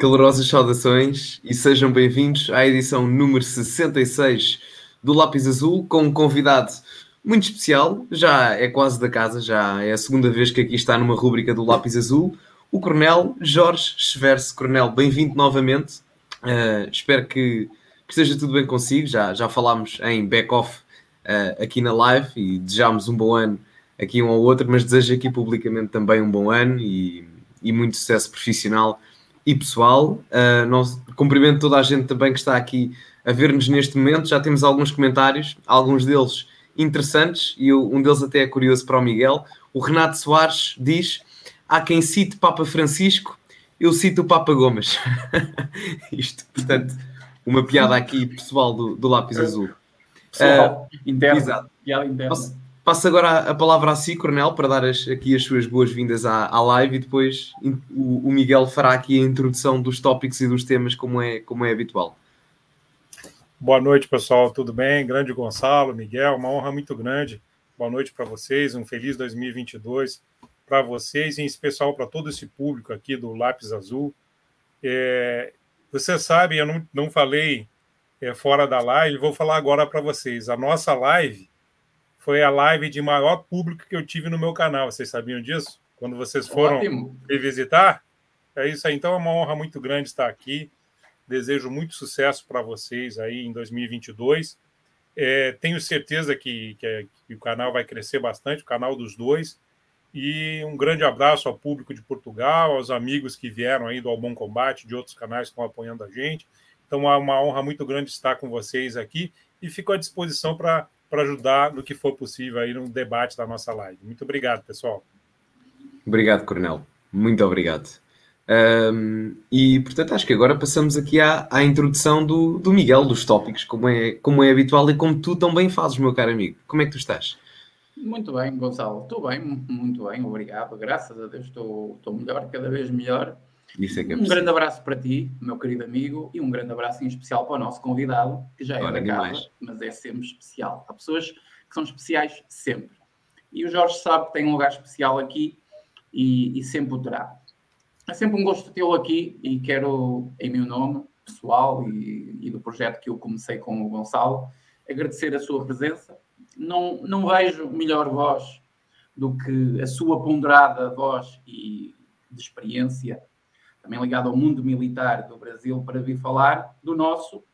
Calorosas saudações e sejam bem-vindos à edição número 66 do Lápis Azul, com um convidado muito especial, já é quase da casa, já é a segunda vez que aqui está numa rúbrica do Lápis Azul, o Coronel Jorge Schverse. Coronel, bem-vindo novamente. Espero que esteja tudo bem consigo. Já falámos em back-off aqui na live e desejámos um bom ano aqui um ao outro, mas desejo aqui publicamente também um bom ano e muito sucesso profissional e pessoal. Cumprimento toda a gente também que está aqui a ver-nos neste momento. Já temos alguns comentários, alguns deles interessantes, e um deles até é curioso para o Miguel. O Renato Soares diz: há quem cite Papa Francisco, eu cito o Papa Gomes. Isto, portanto, uma piada aqui pessoal do Lápis Azul. Pessoal, interno. Exato. Piada interna. Passo agora a palavra a si, Coronel, para dar aqui as suas boas-vindas à live, e depois o Miguel fará aqui a introdução dos tópicos e dos temas, como é habitual. Boa noite, pessoal, tudo bem? Grande Gonçalo, Miguel, uma honra muito grande. Boa noite para vocês, um feliz 2022 para vocês, e em especial para todo esse público aqui do Lápis Azul. Vocês sabem, eu não falei fora da live, vou falar agora para vocês. A nossa live foi a live de maior público que eu tive no meu canal. Vocês sabiam disso? Quando vocês foram me visitar? É isso aí. Então é uma honra muito grande estar aqui. Desejo muito sucesso para vocês aí em 2022. Tenho certeza que o canal vai crescer bastante, o canal dos dois. E um grande abraço ao público de Portugal, aos amigos que vieram aí do Ao Bom Combate, de outros canais que estão apoiando a gente. Então é uma honra muito grande estar com vocês aqui e fico à disposição para ajudar no que for possível aí no debate da nossa live. Muito obrigado, pessoal. Obrigado, Coronel. Muito obrigado. E, portanto, acho que agora passamos aqui à introdução do Miguel, dos tópicos, como é habitual e como tu tão bem fazes, meu caro amigo. Como é que tu estás? Muito bem, Gonçalo. Estou bem, muito bem, obrigado. Graças a Deus estou melhor, cada vez melhor. Isso é que é um grande abraço para ti, meu querido amigo, e um grande abraço em especial para o nosso convidado, que já é da casa, mas é sempre especial. Há pessoas que são especiais sempre. E o Jorge sabe que tem um lugar especial aqui e sempre o terá. É sempre um gosto tê-lo aqui e quero, em meu nome pessoal e do projeto que eu comecei com o Gonçalo, agradecer a sua presença. Não vejo melhor voz do que a sua ponderada voz e de experiência, também ligado ao mundo militar do Brasil, para vir falar do nosso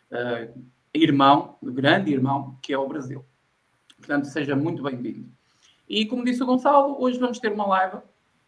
irmão, do grande irmão, que é o Brasil. Portanto, seja muito bem-vindo. E como disse o Gonçalo, hoje vamos ter uma live,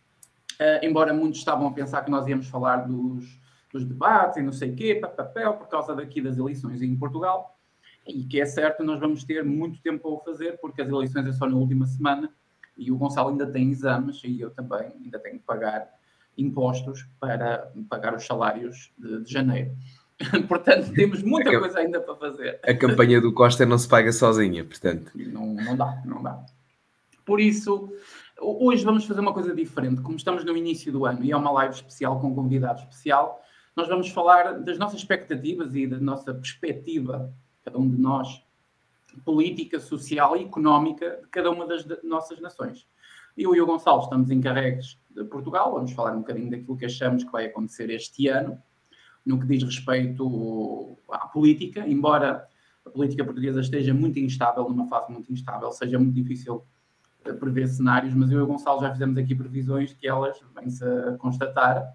embora muitos estavam a pensar que nós íamos falar dos debates e não sei o quê, papel, por causa daqui das eleições em Portugal, e que é certo, nós vamos ter muito tempo para o fazer, porque as eleições é só na última semana, e o Gonçalo ainda tem exames, e eu também ainda tenho que pagar impostos para pagar os salários de janeiro. Portanto, temos muita coisa ainda para fazer. A campanha do Costa não se paga sozinha, portanto. Não dá. Por isso, hoje vamos fazer uma coisa diferente. Como estamos no início do ano e é uma live especial com um convidado especial, nós vamos falar das nossas expectativas e da nossa perspectiva, cada um de nós, política, social e económica de cada uma das nossas nações. Eu e o Gonçalo estamos encarregues de Portugal, vamos falar um bocadinho daquilo que achamos que vai acontecer este ano, no que diz respeito à política, embora a política portuguesa esteja muito instável, numa fase muito instável, seja muito difícil prever cenários, mas eu e o Gonçalo já fizemos aqui previsões que elas vêm-se a constatar,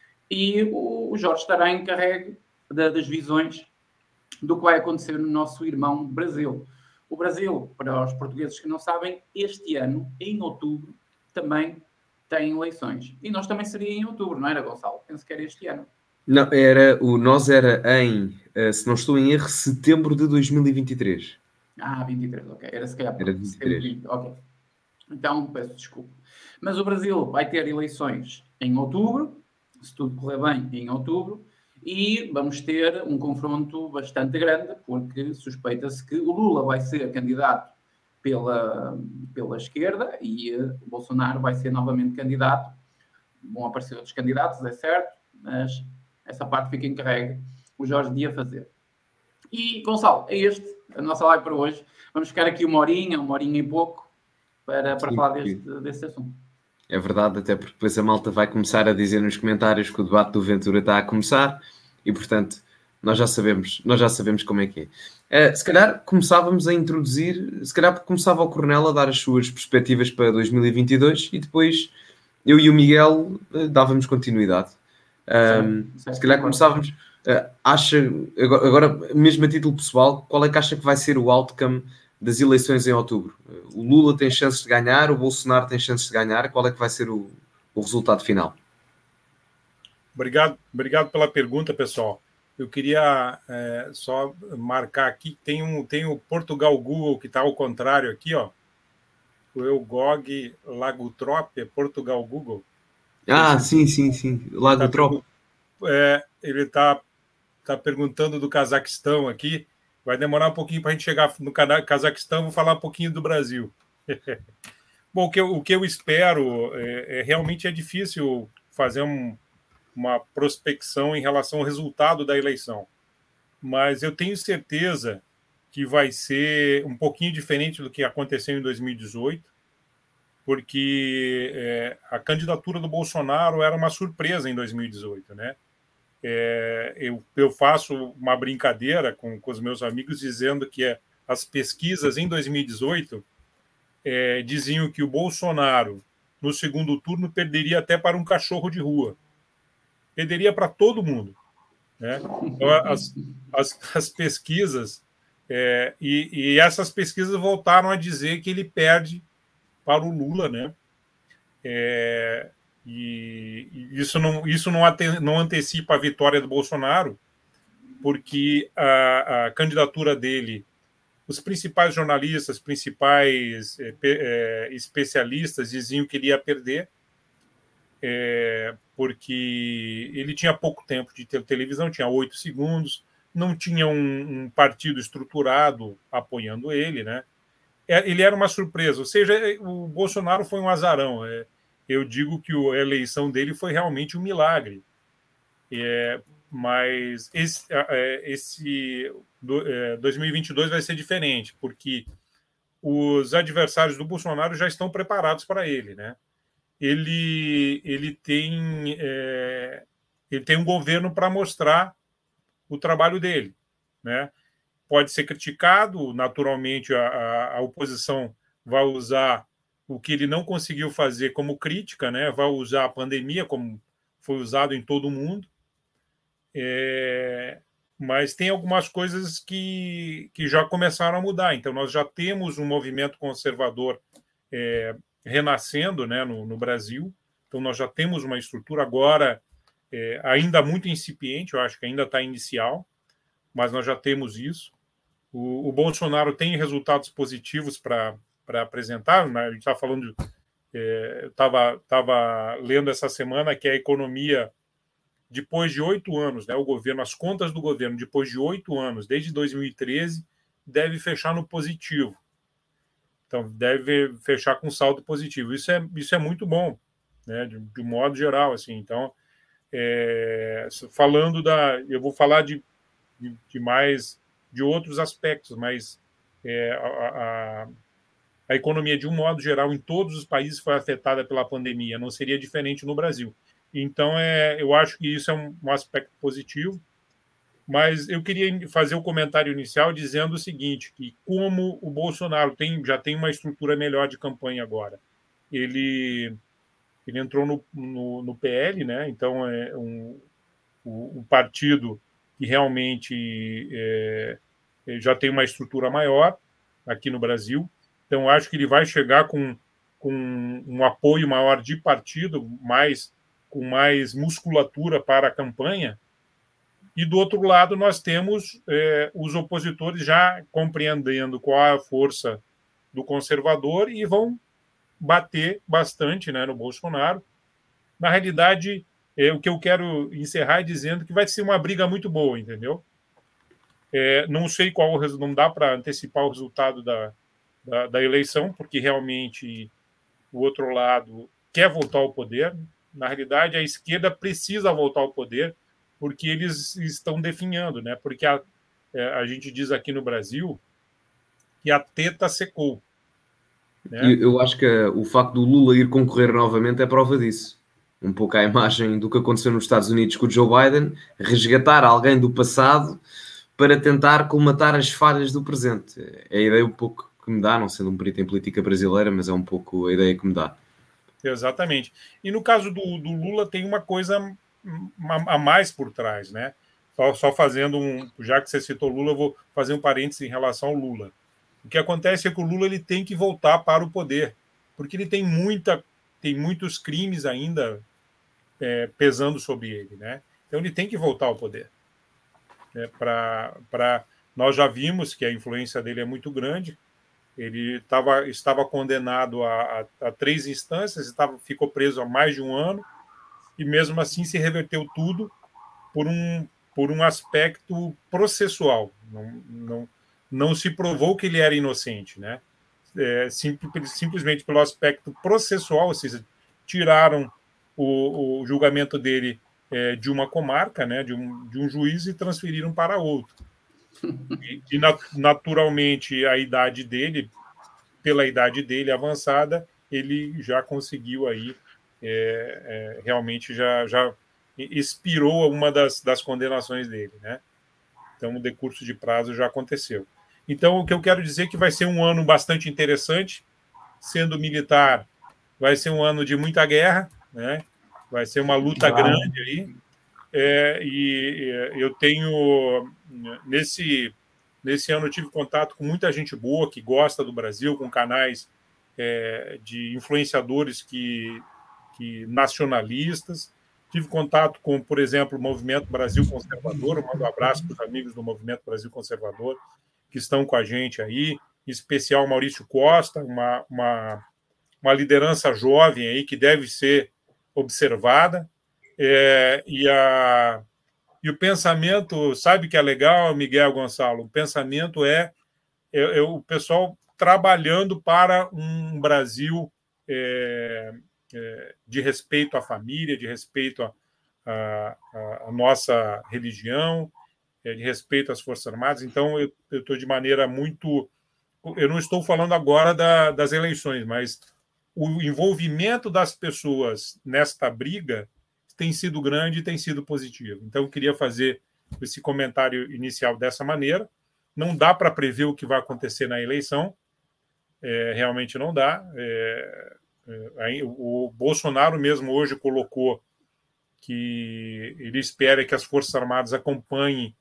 e o Jorge estará encarregue das visões do que vai acontecer no nosso irmão Brasil. O Brasil, para os portugueses que não sabem, este ano, em outubro, também tem eleições. E nós também seria em outubro, não era, Gonçalo? Penso que era este ano. Não, nós era em, se não estou em erro, setembro de 2023. 23, ok. Era se calhar. Era 23. Ok. Então, peço desculpa. Mas o Brasil vai ter eleições em outubro, se tudo correr bem, em outubro, e vamos ter um confronto bastante grande, porque suspeita-se que o Lula vai ser candidato pela esquerda e o Bolsonaro vai ser novamente candidato. Vão aparecer outros candidatos, é certo, mas essa parte fica encarregue o Jorge de a fazer. E, Gonçalo, é a nossa live para hoje. Vamos ficar aqui uma horinha e pouco para falar desse assunto. É verdade, até porque depois a malta vai começar a dizer nos comentários que o debate do Ventura está a começar e, portanto, nós já sabemos como é que é. Se calhar começávamos a introduzir, se calhar começava o Coronel a dar as suas perspectivas para 2022 e depois eu e o Miguel dávamos continuidade. Se calhar começávamos. Acha, agora, mesmo a título pessoal, qual é que acha que vai ser o outcome das eleições em outubro? O Lula tem chances de ganhar, o Bolsonaro tem chances de ganhar. Qual é que vai ser o resultado final? Obrigado pela pergunta, pessoal. Eu queria só marcar aqui, tem o Portugal Google que está ao contrário aqui, ó. O Eugog Lagutrop, é Portugal Google. Sim. Lagutrop. Ele está perguntando do Cazaquistão aqui. Vai demorar um pouquinho para a gente chegar no Cazaquistão. Vou falar um pouquinho do Brasil. Bom, o que eu espero realmente é difícil fazer uma prospecção em relação ao resultado da eleição. Mas eu tenho certeza que vai ser um pouquinho diferente do que aconteceu em 2018, porque a candidatura do Bolsonaro era uma surpresa em 2018, né? Eu faço uma brincadeira com os meus amigos dizendo que as pesquisas em 2018 diziam que o Bolsonaro, no segundo turno, perderia até para um cachorro de rua. Perderia para todo mundo. Né? Então, as pesquisas, e essas pesquisas voltaram a dizer que ele perde para o Lula, né? E isso não antecipa a vitória do Bolsonaro, porque a candidatura dele, os principais jornalistas, principais especialistas diziam que ele ia perder, porque ele tinha pouco tempo de televisão, tinha 8 segundos, não tinha um partido estruturado apoiando ele, né? Ele era uma surpresa, ou seja, o Bolsonaro foi um azarão. Eu digo que a eleição dele foi realmente um milagre. Mas esse 2022 vai ser diferente, porque os adversários do Bolsonaro já estão preparados para ele, né? Ele tem um governo para mostrar o trabalho dele, né? Pode ser criticado, naturalmente a oposição vai usar o que ele não conseguiu fazer como crítica, né? Vai usar a pandemia como foi usado em todo o mundo, mas tem algumas coisas que já começaram a mudar. Então, nós já temos um movimento conservador renascendo, né, no Brasil. Então, nós já temos uma estrutura agora ainda muito incipiente, eu acho que ainda está inicial, mas nós já temos isso. O Bolsonaro tem resultados positivos para apresentar, né? A gente está falando eu estava lendo essa semana que a economia, depois de 8 anos, né, o governo, as contas do governo, depois de 8 anos, desde 2013, deve fechar no positivo. Então, deve fechar com saldo positivo. Isso é muito bom, né, de modo geral. Assim. Então, falando eu vou falar de mais de outros aspectos, mas a economia, de um modo geral, em todos os países foi afetada pela pandemia. Não seria diferente no Brasil. Então, eu acho que isso é um aspecto positivo. Mas eu queria fazer o comentário inicial dizendo o seguinte, que como o Bolsonaro já tem uma estrutura melhor de campanha agora, ele entrou no PL, né? Então é um partido que realmente já tem uma estrutura maior aqui no Brasil. Então acho que ele vai chegar com um apoio maior de partido, com mais musculatura para a campanha. E, do outro lado, nós temos os opositores já compreendendo qual é a força do conservador e vão bater bastante, né, no Bolsonaro. Na realidade, o que eu quero encerrar é dizendo que vai ser uma briga muito boa, entendeu? Não sei qual o resultado, não dá para antecipar o resultado da eleição, porque realmente o outro lado quer voltar ao poder. Na realidade, a esquerda precisa voltar ao poder, porque eles estão definhando, né? Porque a gente diz aqui no Brasil que a teta secou. Né? Eu acho que o facto do Lula ir concorrer novamente é prova disso. Um pouco à imagem do que aconteceu nos Estados Unidos com o Joe Biden, resgatar alguém do passado para tentar colmatar as falhas do presente. É a ideia um pouco que me dá, não sendo um perito em política brasileira, mas é um pouco a ideia que me dá. Exatamente. E no caso do Lula tem uma coisa a mais por trás, né? Só fazendo já que você citou Lula, eu vou fazer um parênteses em relação ao Lula. O que acontece é que o Lula ele tem que voltar para o poder, porque ele tem muitos crimes ainda pesando sobre ele, né? Então ele tem que voltar ao poder. Nós já vimos que a influência dele é muito grande. Ele estava condenado a 3 instâncias, ficou preso há mais de um ano, e mesmo assim se reverteu tudo por um aspecto processual. Não se provou que ele era inocente, né? Simplesmente pelo aspecto processual, ou seja, tiraram o julgamento dele de uma comarca, né, de um juiz, e transferiram para outro. E naturalmente, pela idade dele avançada, ele já conseguiu aí, realmente já expirou uma das condenações dele, né? Então, o decurso de prazo já aconteceu. Então, o que eu quero dizer é que vai ser um ano bastante interessante. Sendo militar, vai ser um ano de muita guerra, né? Vai ser uma luta grande aí. E eu tenho, nesse ano, eu tive contato com muita gente boa que gosta do Brasil, com canais de influenciadores nacionalistas. Tive contato com, por exemplo, o Movimento Brasil Conservador. Eu mando um abraço para os amigos do Movimento Brasil Conservador que estão com a gente aí, em especial Maurício Costa, uma liderança jovem aí que deve ser observada. E o pensamento, sabe que é legal, Miguel Gonçalo? O pensamento é o pessoal trabalhando para um Brasil de respeito à família, de respeito à nossa religião, de respeito às Forças Armadas. Então, eu estou de maneira muito... Eu não estou falando agora das eleições, mas o envolvimento das pessoas nesta briga tem sido grande e tem sido positivo. Então, eu queria fazer esse comentário inicial dessa maneira. Não dá para prever o que vai acontecer na eleição, realmente não dá. O Bolsonaro mesmo hoje colocou que ele espera que as Forças Armadas acompanhem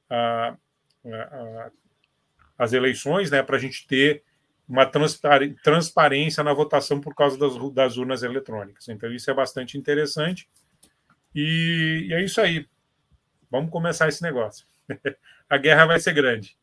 as eleições, né, para a gente ter uma transparência na votação por causa das urnas eletrônicas. Então, isso é bastante interessante. E é isso aí. Vamos começar esse negócio. A guerra vai ser grande.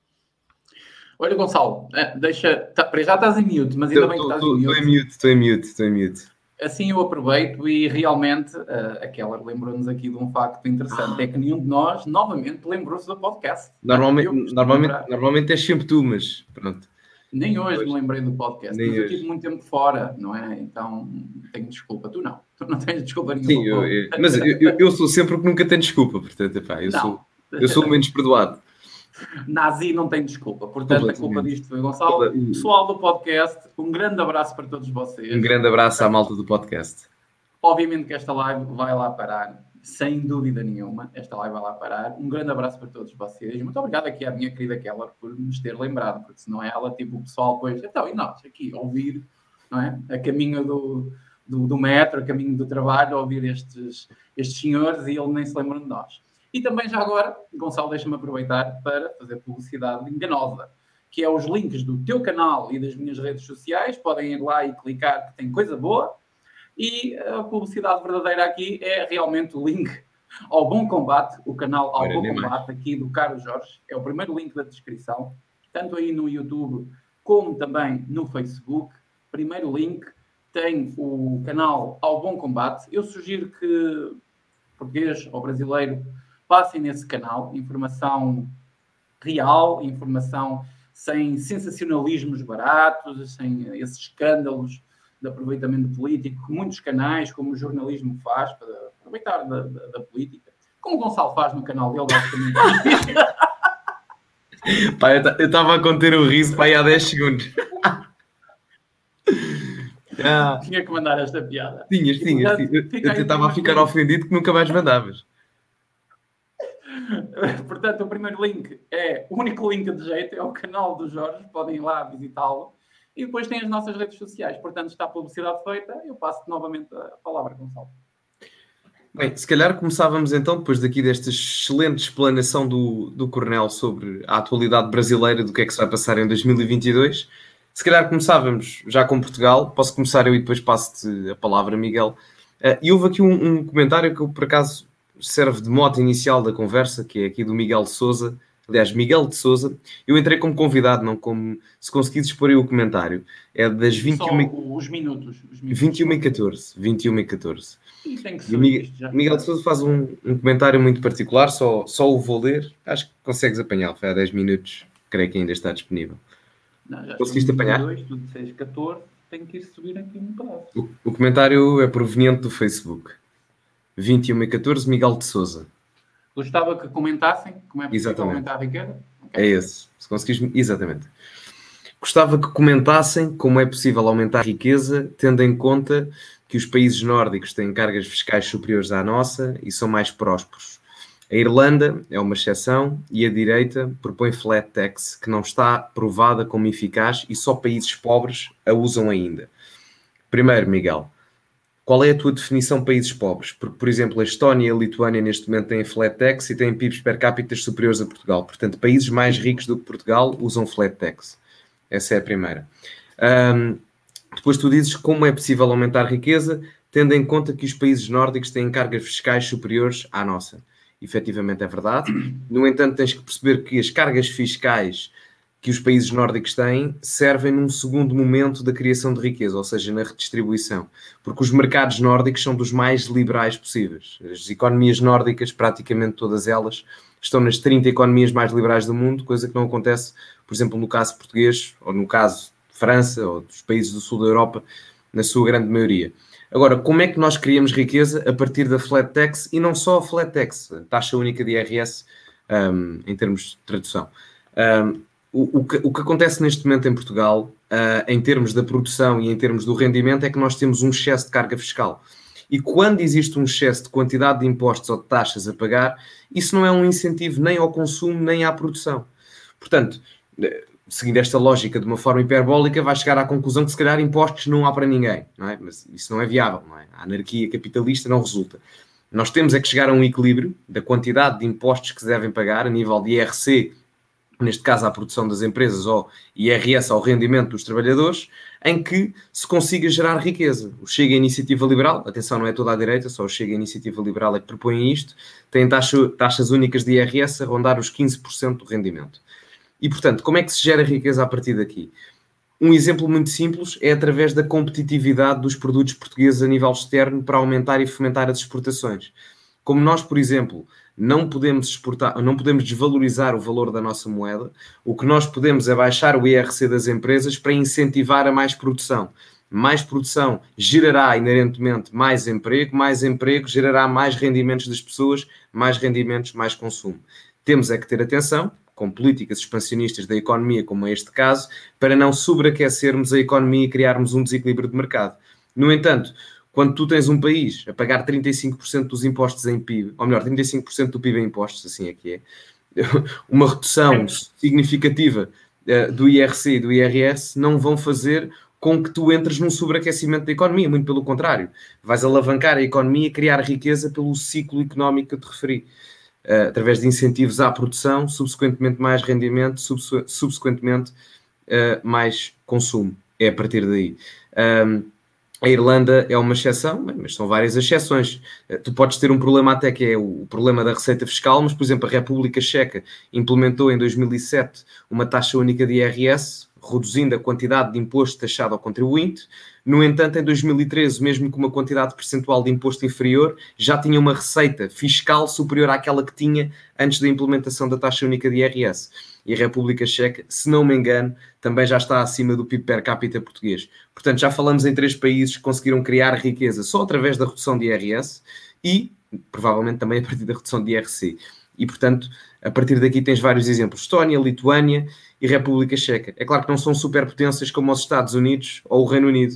Olha, Gonçalo, já estás em mute, mas ainda bem que estás em mute. Estou em mute. Assim eu aproveito e realmente aquela lembrou-nos aqui de um facto interessante, é que nenhum de nós, novamente, lembrou-se do podcast. Normalmente é sempre tu, mas pronto. Nem hoje me lembrei do podcast, mas eu tive muito tempo fora, não é? Então tenho desculpa. Tu não tens desculpa nenhuma. Sim, mas eu sou sempre o que nunca tenho desculpa, portanto, eu sou o menos perdoado. Nazi não tem desculpa, portanto a culpa disto foi Gonçalo. Pessoal do podcast, um grande abraço para todos vocês. Um grande abraço à malta do podcast. Obviamente que esta live vai lá parar, sem dúvida nenhuma, esta live vai lá parar. Um grande abraço para todos vocês. Muito obrigado aqui à minha querida Keller por nos ter lembrado, porque senão ela, tipo, o pessoal depois, então, e nós aqui, ouvir, não é? A caminho do metro, a caminho do trabalho, ouvir estes senhores e ele nem se lembram de nós. E também já agora, Gonçalo, deixa-me aproveitar para fazer publicidade enganosa, que é os links do teu canal e das minhas redes sociais. Podem ir lá e clicar, que tem coisa boa. E a publicidade verdadeira aqui é realmente o link ao Bom Combate, o canal ao Bom Combate aqui do Carlos Jorge. É o primeiro link da descrição, tanto aí no YouTube como também no Facebook. Primeiro link tem o canal ao Bom Combate. Eu sugiro que português ou brasileiro passem nesse canal, informação real, informação sem sensacionalismos baratos, sem esses escândalos de aproveitamento político que muitos canais, como o jornalismo faz, para aproveitar da política, como o Gonçalo faz no canal dele, basicamente. Pá, eu estava a conter o riso para aí há 10 segundos. Tinha que mandar esta piada. Tinhas. Eu estava a ficar ofendido que nunca mais mandavas. Portanto, o primeiro link é o único link de jeito, é o canal do Jorge, podem ir lá visitá-lo. E depois tem as nossas redes sociais. Portanto, está a publicidade feita, eu passo novamente a palavra, Gonçalo. Bem, se calhar começávamos então, depois daqui desta excelente explanação do Coronel sobre a atualidade brasileira, do que é que se vai passar em 2022. Se calhar começávamos já com Portugal. Posso começar eu e depois passo-te a palavra, Miguel. E houve aqui um comentário que eu, por acaso, serve de mote inicial da conversa, que é aqui do Miguel de Sousa. Aliás, Miguel de Sousa. Eu entrei como convidado, não como... Se conseguires expor aí o comentário. É das 21... Os minutos. 21h14. 21h14. E tem que ser Miguel de Sousa faz um comentário muito particular, só o vou ler. Acho que consegues apanhá-lo. Foi há 10 minutos. Creio que ainda está disponível. Não, já conseguiste apanhar? 22, tu disseste 14, tenho que ir subir aqui um pedaço. O comentário é proveniente do Facebook. 21h14, Miguel de Sousa. Gostava que comentassem como é possível aumentar a riqueza? Okay. É esse. Se conseguires... Exatamente. Gostava que comentassem como é possível aumentar a riqueza, tendo em conta que os países nórdicos têm cargas fiscais superiores à nossa e são mais prósperos. A Irlanda é uma exceção e a direita propõe flat tax, que não está provada como eficaz e só países pobres a usam ainda. Primeiro, Miguel, qual é a tua definição de países pobres? Porque, por exemplo, a Estónia e a Lituânia neste momento têm flat tax e têm PIBs per capita superiores a Portugal. Portanto, países mais ricos do que Portugal usam flat tax. Essa é a primeira. Depois tu dizes como é possível aumentar a riqueza, tendo em conta que os países nórdicos têm cargas fiscais superiores à nossa. Efetivamente é verdade. No entanto, tens que perceber que as cargas fiscais que os países nórdicos têm servem num segundo momento da criação de riqueza, ou seja, na redistribuição. Porque os mercados nórdicos são dos mais liberais possíveis. As economias nórdicas, praticamente todas elas, estão nas 30 economias mais liberais do mundo, coisa que não acontece, por exemplo, no caso português, ou no caso de França, ou dos países do sul da Europa, na sua grande maioria. Agora, como é que nós criamos riqueza a partir da flat tax, e não só a flat tax, a taxa única de IRS, em termos de tradução. O que acontece neste momento em Portugal, em termos da produção e em termos do rendimento, é que nós temos um excesso de carga fiscal. E quando existe um excesso de quantidade de impostos ou de taxas a pagar, isso não é um incentivo nem ao consumo nem à produção. Portanto, seguindo esta lógica de uma forma hiperbólica, vai chegar à conclusão que se calhar impostos não há para ninguém, não é? Mas isso não é viável, não é? A anarquia capitalista não resulta. Nós temos é que chegar a um equilíbrio da quantidade de impostos que se devem pagar a nível de IRC, neste caso à produção das empresas, ou IRS ao rendimento dos trabalhadores, em que se consiga gerar riqueza. O Chega a Iniciativa Liberal, atenção, não é toda a direita, só o Chega a Iniciativa Liberal é que propõe isto, tem taxas únicas de IRS a rondar os 15% do rendimento. E, portanto, como é que se gera riqueza a partir daqui? Um exemplo muito simples é através da competitividade dos produtos portugueses a nível externo para aumentar e fomentar as exportações. Como nós, por exemplo, não podemos exportar, não podemos desvalorizar o valor da nossa moeda, o que nós podemos é baixar o IRC das empresas para incentivar a mais produção. Mais produção gerará inerentemente mais emprego gerará mais rendimentos das pessoas, mais rendimentos, mais consumo. Temos é que ter atenção, com políticas expansionistas da economia, como é este caso, para não sobreaquecermos a economia e criarmos um desequilíbrio de mercado. No entanto, quando tu tens um país a pagar 35% dos impostos em PIB, ou melhor, 35% do PIB em impostos, assim é que é, uma redução significativa do IRC e do IRS não vão fazer com que tu entres num sobreaquecimento da economia, muito pelo contrário. Vais alavancar a economia e criar riqueza pelo ciclo económico que eu te referi. Através de incentivos à produção, subsequentemente mais rendimento, subsequentemente mais consumo. É a partir daí. A Irlanda é uma exceção, mas são várias exceções. Tu podes ter um problema até que é o problema da receita fiscal, mas, por exemplo, a República Checa implementou em 2007 uma taxa única de IRS, reduzindo a quantidade de imposto taxado ao contribuinte. No entanto, em 2013, mesmo com uma quantidade percentual de imposto inferior, já tinha uma receita fiscal superior àquela que tinha antes da implementação da taxa única de IRS. E a República Checa, se não me engano, também já está acima do PIB per capita português. Portanto, já falamos em 3 países que conseguiram criar riqueza só através da redução de IRS e, provavelmente, também a partir da redução de IRC. E, portanto, a partir daqui tens vários exemplos. Estónia, Lituânia e República Checa. É claro que não são superpotências como os Estados Unidos ou o Reino Unido,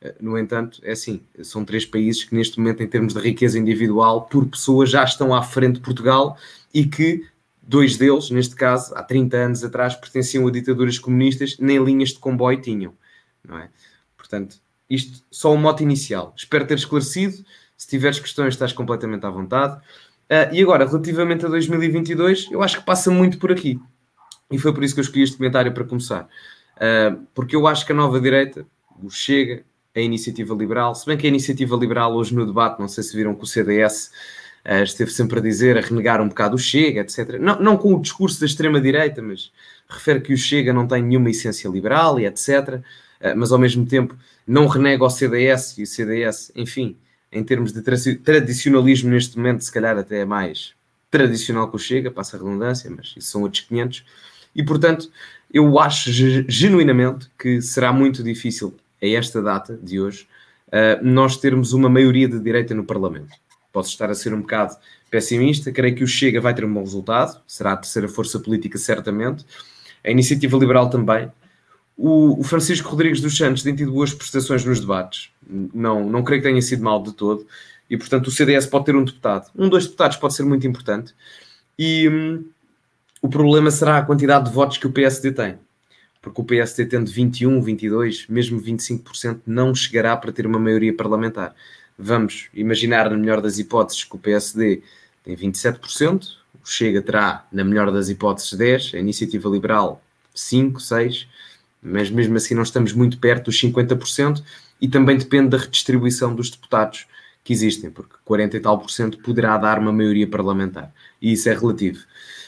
No entanto, é assim, são 3 países que neste momento, em termos de riqueza individual, por pessoa, já estão à frente de Portugal e que 2 deles, neste caso, há 30 anos atrás, pertenciam a ditaduras comunistas, nem linhas de comboio tinham, não é? Portanto, isto só um mote inicial. Espero ter esclarecido. Se tiveres questões, estás completamente à vontade. E agora, relativamente a 2022, eu acho que passa muito por aqui. E foi por isso que eu escolhi este comentário para começar. Porque eu acho que a nova direita, o Chega, a Iniciativa Liberal, se bem que a Iniciativa Liberal hoje no debate, não sei se viram que o CDS esteve sempre a dizer, a renegar um bocado o Chega, etc. Não com o discurso da extrema-direita, mas refere que o Chega não tem nenhuma essência liberal e etc. Mas ao mesmo tempo não renega o CDS e o CDS, enfim, em termos de tradicionalismo neste momento, se calhar até é mais tradicional que o Chega, passa a redundância, mas isso são outros 500. E, portanto, eu acho genuinamente que será muito difícil, a esta data de hoje, nós termos uma maioria de direita no Parlamento. Posso estar a ser um bocado pessimista, creio que o Chega vai ter um bom resultado, será a terceira força política certamente, a Iniciativa Liberal também. O Francisco Rodrigues dos Santos tem tido boas prestações nos debates, não creio que tenha sido mal de todo, e portanto o CDS pode ter um deputado. 2 deputados pode ser muito importante, e o problema será a quantidade de votos que o PSD tem, porque o PSD tendo 21, 22, mesmo 25%, não chegará para ter uma maioria parlamentar. Vamos imaginar, na melhor das hipóteses, que o PSD tem 27%, o Chega terá, na melhor das hipóteses, 10%, a Iniciativa Liberal 5%, 6%, mas mesmo assim não estamos muito perto dos 50%, e também depende da redistribuição dos deputados que existem, porque 40 e tal % poderá dar uma maioria parlamentar, e isso é relativo.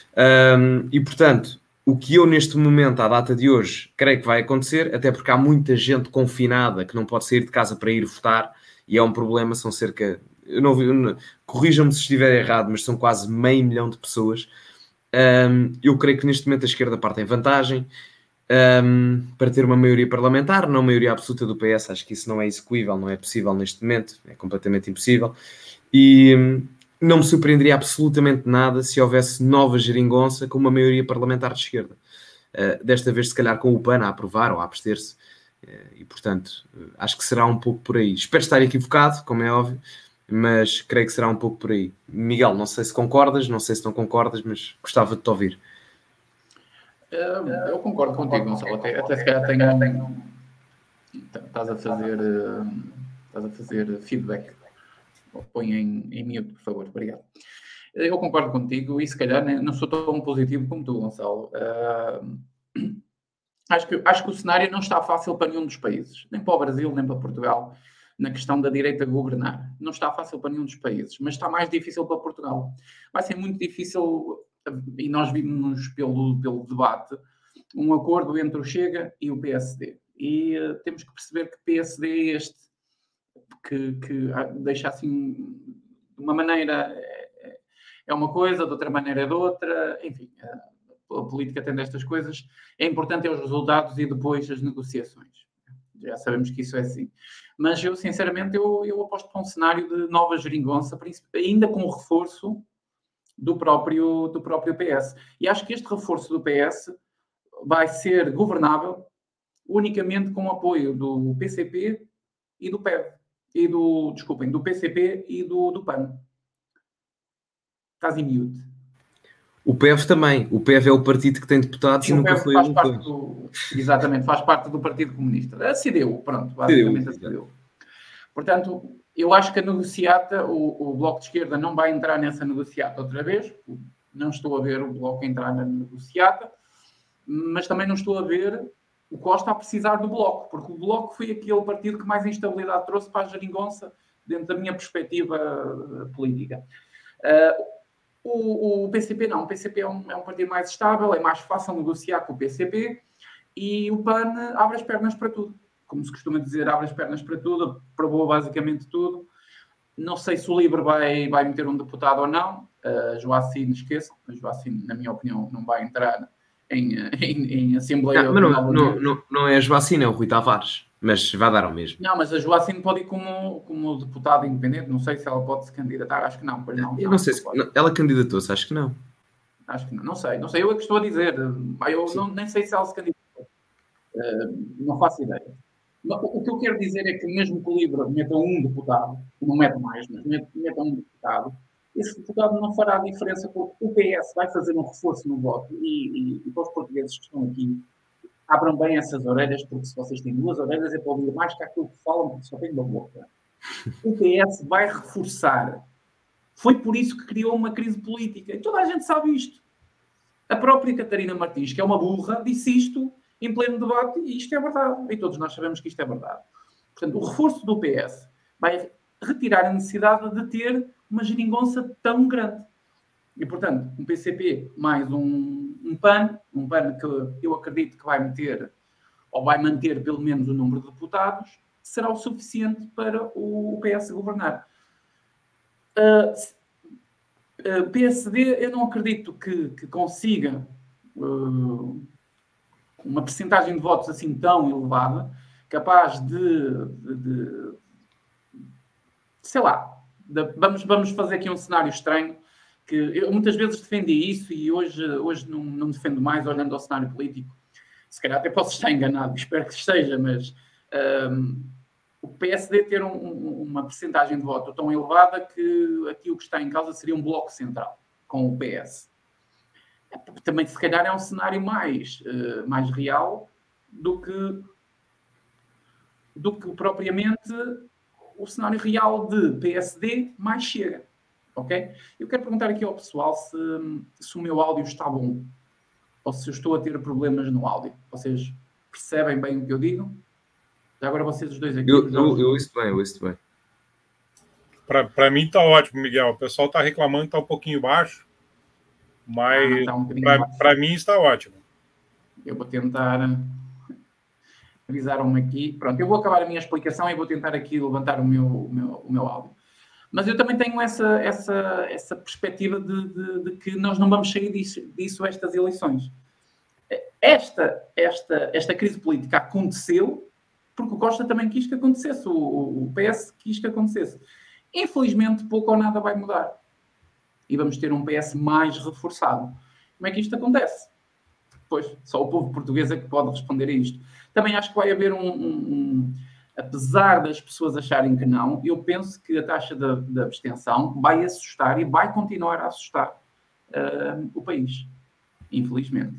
E portanto, o que eu neste momento, à data de hoje, creio que vai acontecer, até porque há muita gente confinada que não pode sair de casa para ir votar, e é um problema, são cerca, corrijam-me se estiver errado, mas são quase 500 mil de pessoas. Eu creio que neste momento a esquerda parte em vantagem, para ter uma maioria parlamentar, não maioria absoluta do PS, acho que isso não é execuível, não é possível neste momento, é completamente impossível, e não me surpreenderia absolutamente nada se houvesse nova geringonça com uma maioria parlamentar de esquerda, desta vez se calhar com o PAN a aprovar ou a abster-se, e portanto acho que será um pouco por aí. Espero estar equivocado, como é óbvio, mas creio que será um pouco por aí. Miguel, não sei se concordas, não sei se não concordas, mas gostava de te ouvir. Eu concordo contigo, Gonçalo. Até se calhar tenho. Estás a fazer feedback. Põe em mute, por favor. Obrigado. Eu concordo contigo e se calhar não sou tão positivo como tu, Gonçalo. Acho que o cenário não está fácil para nenhum dos países, nem para o Brasil, nem para Portugal, na questão da direita governar. Não está fácil para nenhum dos países, mas está mais difícil para Portugal. Vai ser muito difícil, e nós vimos pelo debate, um acordo entre o Chega e o PSD. E temos que perceber que PSD é este, que deixa assim, de uma maneira é uma coisa, de outra maneira é de outra, enfim, a política tem destas coisas. É importante os resultados e depois as negociações. Já sabemos que isso é assim. Mas eu, sinceramente, eu aposto para um cenário de nova geringonça, ainda com o reforço do próprio PS. E acho que este reforço do PS vai ser governável unicamente com o apoio do PCP e do PEV. Do PCP e do PAN. Estás em mute. O PEV também. O PEV é o partido que tem deputados e nunca foi eleito. Exatamente, faz parte do Partido Comunista. A CDU, pronto, basicamente a CDU. Portanto, eu acho que a negociata, o Bloco de Esquerda não vai entrar nessa negociata outra vez. Não estou a ver o Bloco entrar na negociata, mas também não estou a ver o Costa a precisar do Bloco, porque o Bloco foi aquele partido que mais instabilidade trouxe para a geringonça, dentro da minha perspectiva política. O PCP não. O PCP é um partido mais estável, é mais fácil negociar com o PCP, e o PAN abre as pernas para tudo. Como se costuma dizer, abre as pernas para tudo, aprovou basicamente tudo. Não sei se o LIVRE vai meter um deputado ou não. Joacine, esqueça. Joacine, na minha opinião, não vai entrar em Assembleia. Não é a Joacine, é o Rui Tavares. Mas vai dar ao mesmo. Não, mas a Joacine pode ir como deputada independente. Não sei se ela pode se candidatar. Acho que não. Eu não sei se ela candidatou-se. Acho que não. Acho que não. Não sei. Eu é que estou a dizer. Eu nem sei se ela se candidatou. Não faço ideia. O que eu quero dizer é que mesmo que o LIVRE meta um deputado, não mete mais, mas meta um deputado, esse deputado não fará a diferença porque o PS vai fazer um reforço no voto e para os portugueses que estão aqui, abram bem essas orelhas, porque se vocês têm duas orelhas é para ouvir mais que aquilo que falam, porque só tem uma boca. O PS vai reforçar. Foi por isso que criou uma crise política. E toda a gente sabe isto. A própria Catarina Martins, que é uma burra, disse isto em pleno debate e isto é verdade. E todos nós sabemos que isto é verdade. Portanto, o reforço do PS vai retirar a necessidade de ter uma geringonça tão grande. E, portanto, um PCP mais um PAN que eu acredito que vai meter, ou vai manter pelo menos o número de deputados, será o suficiente para o PS governar. PSD, eu não acredito que consiga uma percentagem de votos assim tão elevada, capaz de sei lá, vamos fazer aqui um cenário estranho, que eu muitas vezes defendi isso e hoje não defendo mais, olhando ao cenário político. Se calhar até posso estar enganado, espero que esteja, mas o PSD ter uma percentagem de voto tão elevada que aqui o que está em causa seria um bloco central com o PS. Também, se calhar, é um cenário mais real do que propriamente o cenário real de PSD mais Chega. Ok? Eu quero perguntar aqui ao pessoal se o meu áudio está bom ou se eu estou a ter problemas no áudio. Vocês percebem bem o que eu digo? Já agora vocês os dois aqui. Eu ouço bem. Para mim está ótimo, Miguel. O pessoal está reclamando que está um pouquinho baixo, mas para mim está ótimo. Eu vou tentar avisaram-me aqui. Pronto, eu vou acabar a minha explicação e vou tentar aqui levantar o meu áudio. Mas eu também tenho essa perspectiva de que nós não vamos sair disso estas eleições. Esta crise política aconteceu porque o Costa também quis que acontecesse, o PS quis que acontecesse. Infelizmente, pouco ou nada vai mudar. E vamos ter um PS mais reforçado. Como é que isto acontece? Pois, só o povo português é que pode responder a isto. Também acho que vai haver apesar das pessoas acharem que não, eu penso que a taxa de abstenção vai assustar e vai continuar a assustar o país. Infelizmente.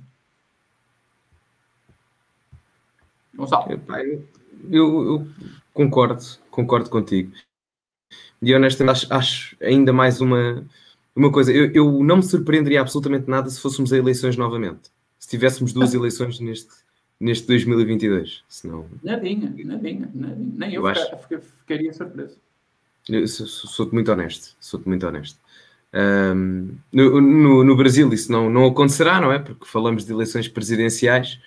Gonçalo. Eu concordo contigo. E honestamente acho ainda mais uma coisa. Eu não me surpreenderia absolutamente nada se fôssemos a eleições novamente. Se tivéssemos duas eleições neste 2022. Senão... Nadinha. Nem eu ficaria surpreso. Sou-te muito honesto. No Brasil isso não acontecerá, não é? Porque falamos de eleições presidenciais.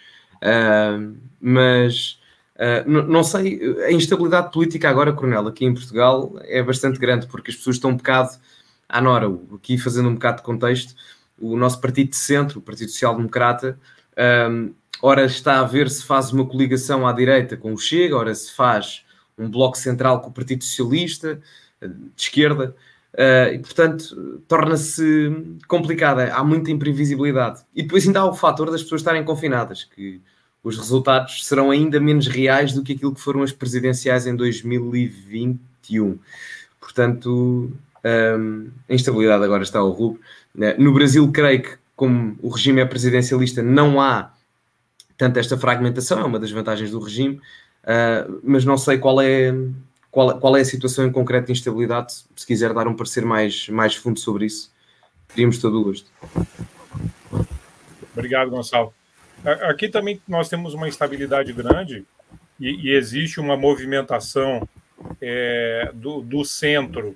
Mas não sei, a instabilidade política agora, Coronel, aqui em Portugal é bastante grande, porque as pessoas estão um bocado à nora. Aqui fazendo um bocado de contexto, o nosso partido de centro, o Partido Social Democrata, ora está a ver se faz uma coligação à direita com o Chega, ora se faz um bloco central com o Partido Socialista, de esquerda, e portanto torna-se complicada, há muita imprevisibilidade. E depois ainda há o fator das pessoas estarem confinadas, que os resultados serão ainda menos reais do que aquilo que foram as presidenciais em 2021. Portanto, a instabilidade agora está ao rubro. No Brasil, creio que, como o regime é presidencialista, não há tanto esta fragmentação, é uma das vantagens do regime, mas não sei qual é a situação em concreto de instabilidade. Se quiser dar um parecer mais fundo sobre isso, teríamos todo o gosto. Obrigado, Gonçalo. Aqui também nós temos uma instabilidade grande e existe uma movimentação do centro.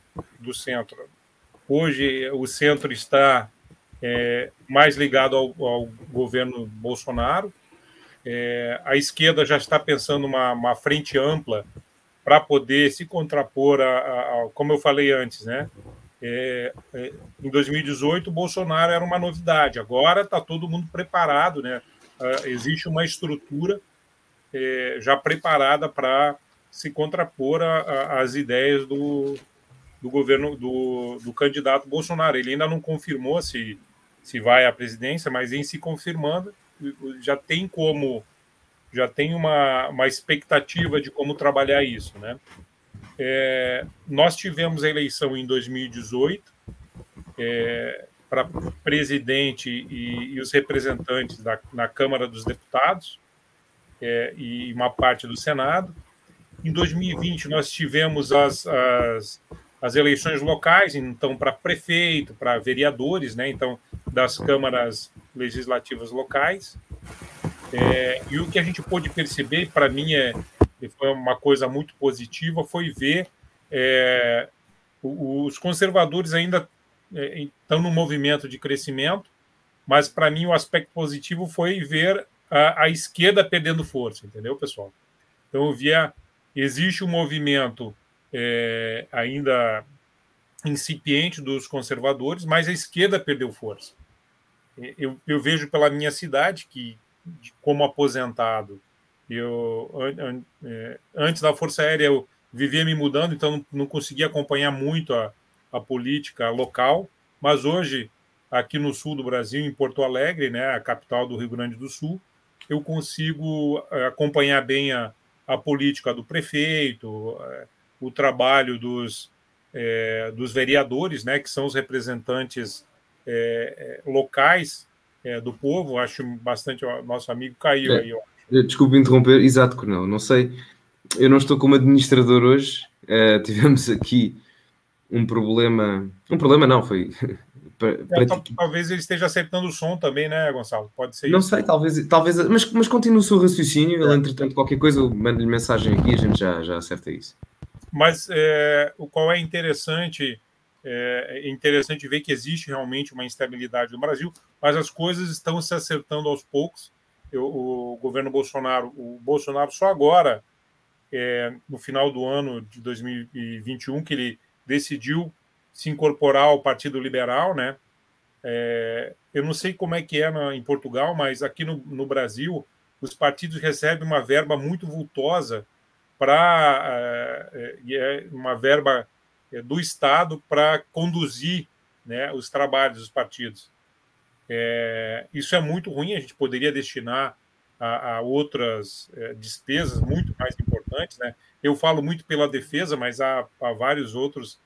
Hoje o centro está mais ligado ao governo Bolsonaro. A esquerda já está pensando uma frente ampla para poder se contrapor como eu falei antes, né? Em 2018 o Bolsonaro era uma novidade, agora está todo mundo preparado, né? Existe uma estrutura já preparada para se contrapor às ideias do governo do candidato Bolsonaro. Ele ainda não confirmou se vai à presidência, mas em se confirmando já tem como já tem uma expectativa de como trabalhar isso, né? Nós tivemos a eleição em 2018 para presidente e os representantes na Câmara dos Deputados e uma parte do Senado. Em 2020, nós tivemos as eleições locais, então, para prefeito, para vereadores, né? Então, das câmaras legislativas locais. E o que a gente pôde perceber, para mim, foi uma coisa muito positiva, foi ver os conservadores ainda estão no movimento de crescimento, mas, para mim, o aspecto positivo foi ver a esquerda perdendo força, entendeu, pessoal? Então, eu via... Existe um movimento ainda incipiente dos conservadores, mas a esquerda perdeu força. Eu vejo pela minha cidade que, como aposentado, antes da Força Aérea eu vivia me mudando, então não conseguia acompanhar muito a política local, mas hoje, aqui no sul do Brasil, em Porto Alegre, né, a capital do Rio Grande do Sul, eu consigo acompanhar bem a política do prefeito, o trabalho dos vereadores, né, que são os representantes locais do povo. Acho bastante... O nosso amigo caiu aí. Desculpe interromper, exato, Coronel. Não sei, eu não estou como administrador hoje. Tivemos aqui um problema não, foi... Talvez ele esteja acertando o som também, né, Gonçalo? Pode ser não isso. Sei, talvez mas continue o seu raciocínio. Ele, entretanto, qualquer coisa, eu mando-lhe mensagem aqui e a gente já acerta isso. Mas o qual é interessante ver que existe realmente uma instabilidade no Brasil, mas as coisas estão se acertando aos poucos. O governo Bolsonaro, só agora, no final do ano de 2021, que ele decidiu se incorporar ao Partido Liberal, né? Eu não sei como é que em Portugal, mas aqui no Brasil, os partidos recebem uma verba muito vultosa uma verba do Estado para conduzir, né, os trabalhos dos partidos. Isso é muito ruim, a gente poderia destinar a outras despesas muito mais importantes, né? Eu falo muito pela defesa, mas há vários outros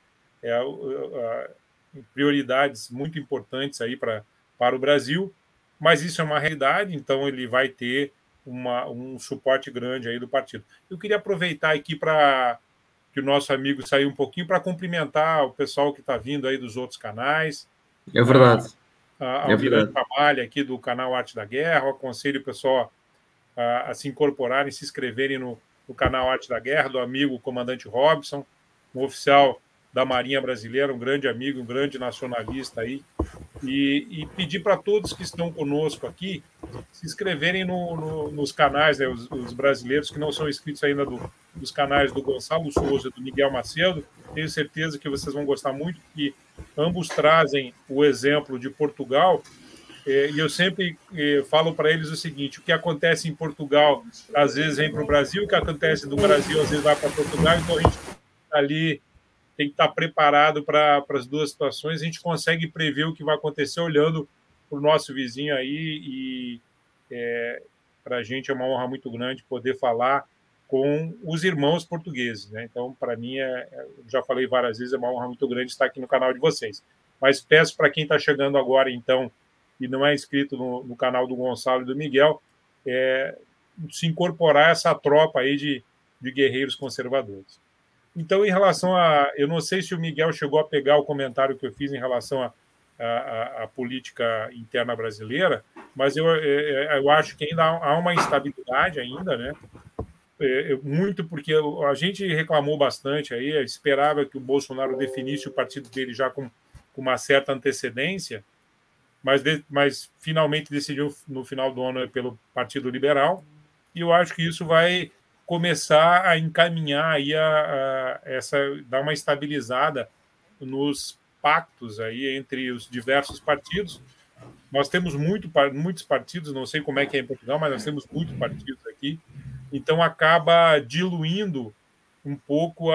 prioridades muito importantes aí para o Brasil, mas isso é uma realidade, então ele vai ter um suporte grande aí do partido. Eu queria aproveitar aqui para que o nosso amigo saiu um pouquinho para cumprimentar o pessoal que está vindo aí dos outros canais. É verdade. A Almirante Amália aqui do canal Arte da Guerra. Eu aconselho o pessoal a se incorporarem, se inscreverem no canal Arte da Guerra, do amigo comandante Robson, um oficial da Marinha Brasileira, um grande amigo, um grande nacionalista aí. E pedir para todos que estão conosco aqui se inscreverem nos canais, né, os brasileiros que não são inscritos ainda dos canais do Gonçalo Souza e do Miguel Macedo. Tenho certeza que vocês vão gostar muito, que ambos trazem o exemplo de Portugal. E eu sempre falo para eles o seguinte: o que acontece em Portugal às vezes vem para o Brasil, o que acontece no Brasil às vezes vai para Portugal, então a gente ali tem que estar preparado para as duas situações. A gente consegue prever o que vai acontecer olhando para o nosso vizinho aí, e para a gente é uma honra muito grande poder falar com os irmãos portugueses, né? Então, para mim, já falei várias vezes, é uma honra muito grande estar aqui no canal de vocês. Mas peço para quem está chegando agora, então, e não é inscrito no canal do Gonçalo e do Miguel, se incorporar a essa tropa aí de guerreiros conservadores. Então, em relação eu não sei se o Miguel chegou a pegar o comentário que eu fiz em relação à política interna brasileira, mas eu acho que ainda há uma instabilidade ainda, né? Muito porque a gente reclamou bastante aí, esperava que o Bolsonaro definisse o partido dele já com uma certa antecedência, mas finalmente decidiu no final do ano pelo Partido Liberal, e eu acho que isso vai começar a encaminhar aí dar uma estabilizada nos pactos aí entre os diversos partidos. Nós temos muitos partidos, não sei como é que é em Portugal, mas nós temos muitos partidos aqui, então acaba diluindo um pouco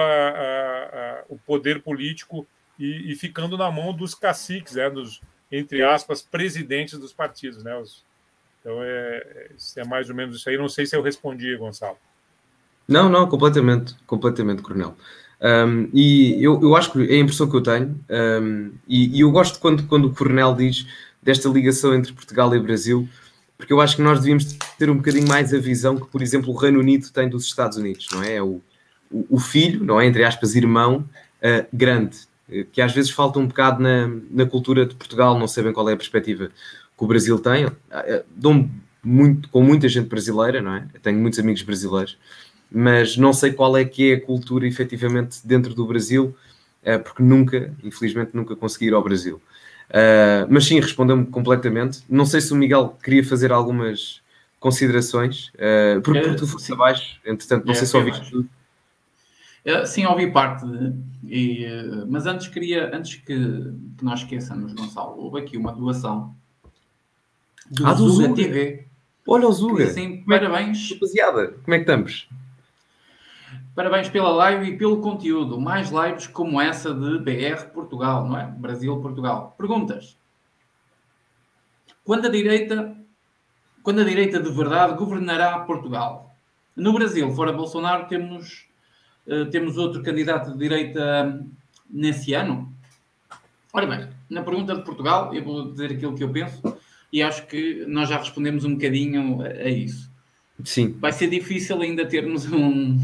o poder político e ficando na mão dos caciques, né, entre aspas, presidentes dos partidos, né, Então, é mais ou menos isso aí. Não sei se eu respondi, Gonçalo. Não, completamente, Coronel. E eu acho que é a impressão que eu tenho, e eu gosto quando o Coronel diz desta ligação entre Portugal e Brasil, porque eu acho que nós devíamos ter um bocadinho mais a visão que, por exemplo, o Reino Unido tem dos Estados Unidos, não é? O filho, não é? Entre aspas, irmão, grande, que às vezes falta um bocado na cultura de Portugal, não sei bem qual é a perspectiva que o Brasil tem. Dou-me muito com muita gente brasileira, não é? Eu tenho muitos amigos brasileiros, mas não sei qual é que é a cultura efetivamente dentro do Brasil, porque infelizmente nunca consegui ir ao Brasil. Mas sim, respondeu-me completamente. Não sei se o Miguel queria fazer algumas considerações, porque tu foste abaixo, entretanto, não sei se ouviste tudo. Sim, ouvi parte, mas antes que nós esqueçamos, Gonçalo, houve aqui uma doação do Zuga TV. Olha o Zuga! Assim, parabéns. Rapaziada, como é que estamos? Parabéns pela live e pelo conteúdo. Mais lives como essa de BR Portugal, não é? Brasil-Portugal. Perguntas. Quando a direita de verdade governará Portugal? No Brasil, fora Bolsonaro, temos outro candidato de direita nesse ano? Ora bem, na pergunta de Portugal, eu vou dizer aquilo que eu penso e acho que nós já respondemos um bocadinho a isso. Sim. Vai ser difícil ainda termos um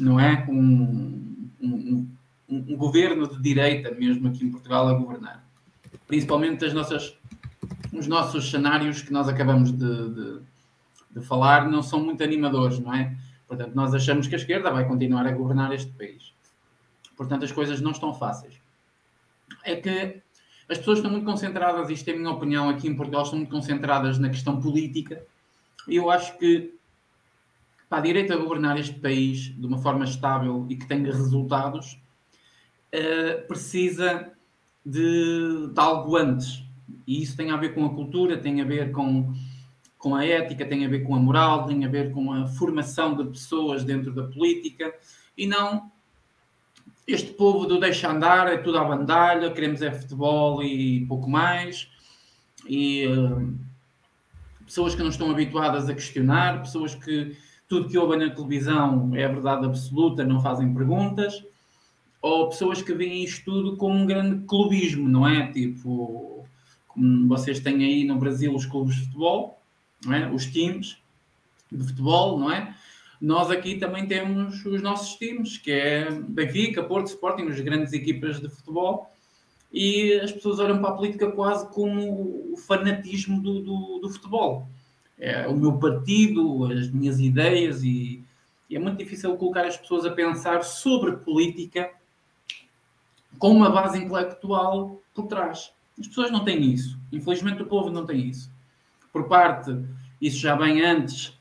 governo de direita mesmo aqui em Portugal a governar. Principalmente os nossos cenários que nós acabamos de falar não são muito animadores, não é? Portanto, nós achamos que a esquerda vai continuar a governar este país. Portanto, as coisas não estão fáceis. É que as pessoas estão muito concentradas, isto é a minha opinião, aqui em Portugal, estão muito concentradas na questão política. E eu acho que para a direita governar este país de uma forma estável e que tenha resultados, precisa de algo antes. E isso tem a ver com a cultura, tem a ver com a ética, tem a ver com a moral, tem a ver com a formação de pessoas dentro da política, e não este povo do deixa andar, é tudo à bandalha, queremos é futebol e pouco mais, e pessoas que não estão habituadas a questionar, pessoas que tudo que ouvem na televisão é a verdade absoluta, não fazem perguntas, ou pessoas que veem isto tudo como um grande clubismo, não é? Tipo, como vocês têm aí no Brasil os clubes de futebol, não é? Os times de futebol, não é? Nós aqui também temos os nossos times, que é Benfica, Porto, Sporting, as grandes equipas de futebol, e as pessoas olham para a política quase como o fanatismo do futebol. É o meu partido, as minhas ideias, e é muito difícil colocar as pessoas a pensar sobre política com uma base intelectual por trás. As pessoas não têm isso. Infelizmente o povo não tem isso. Por parte, isso já vem antes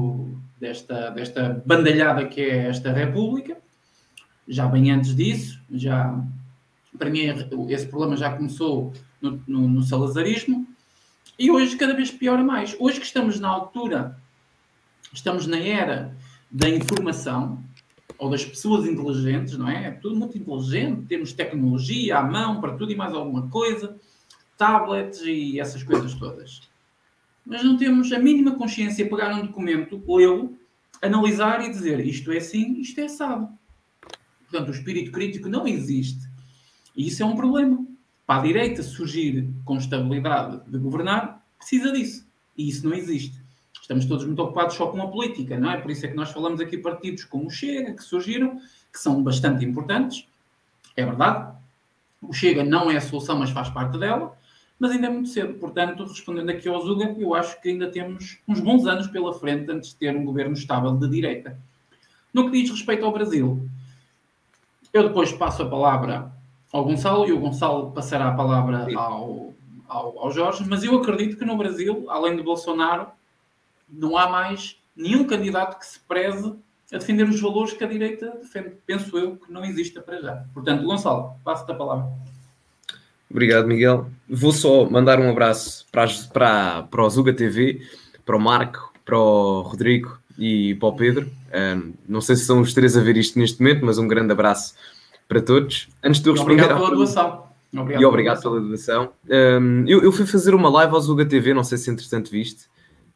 desta bandalhada que é esta República, já vem antes disso, para mim esse problema já começou no salazarismo, e hoje cada vez piora mais. Hoje que estamos na altura, estamos na era da informação, ou das pessoas inteligentes, não é? É tudo muito inteligente, temos tecnologia à mão para tudo e mais alguma coisa, tablets e essas coisas todas. Mas não temos a mínima consciência de pegar um documento, lê-lo, analisar e dizer isto é assim, isto é assado. Portanto, o espírito crítico não existe. E isso é um problema. Para a direita surgir com estabilidade de governar, precisa disso. E isso não existe. Estamos todos muito ocupados só com a política, não é? Por isso é que nós falamos aqui partidos como o Chega, que surgiram, que são bastante importantes. É verdade. O Chega não é a solução, mas faz parte dela. Mas ainda é muito cedo. Portanto, respondendo aqui ao Zuga, eu acho que ainda temos uns bons anos pela frente antes de ter um governo estável de direita. No que diz respeito ao Brasil, eu depois passo a palavra ao Gonçalo e o Gonçalo passará a palavra ao Jorge, mas eu acredito que no Brasil, além de Bolsonaro, não há mais nenhum candidato que se preze a defender os valores que a direita defende. Penso eu que não exista para já. Portanto, Gonçalo, passo-te a palavra. Obrigado, Miguel. Vou só mandar um abraço para o Zuga TV, para o Marco, para o Rodrigo e para o Pedro. Não sei se são os três a ver isto neste momento, mas um grande abraço para todos. Antes de eu responder... Obrigado pela doação. Obrigado pela doação. Eu fui fazer uma live ao Zuga TV, não sei se entretanto viste.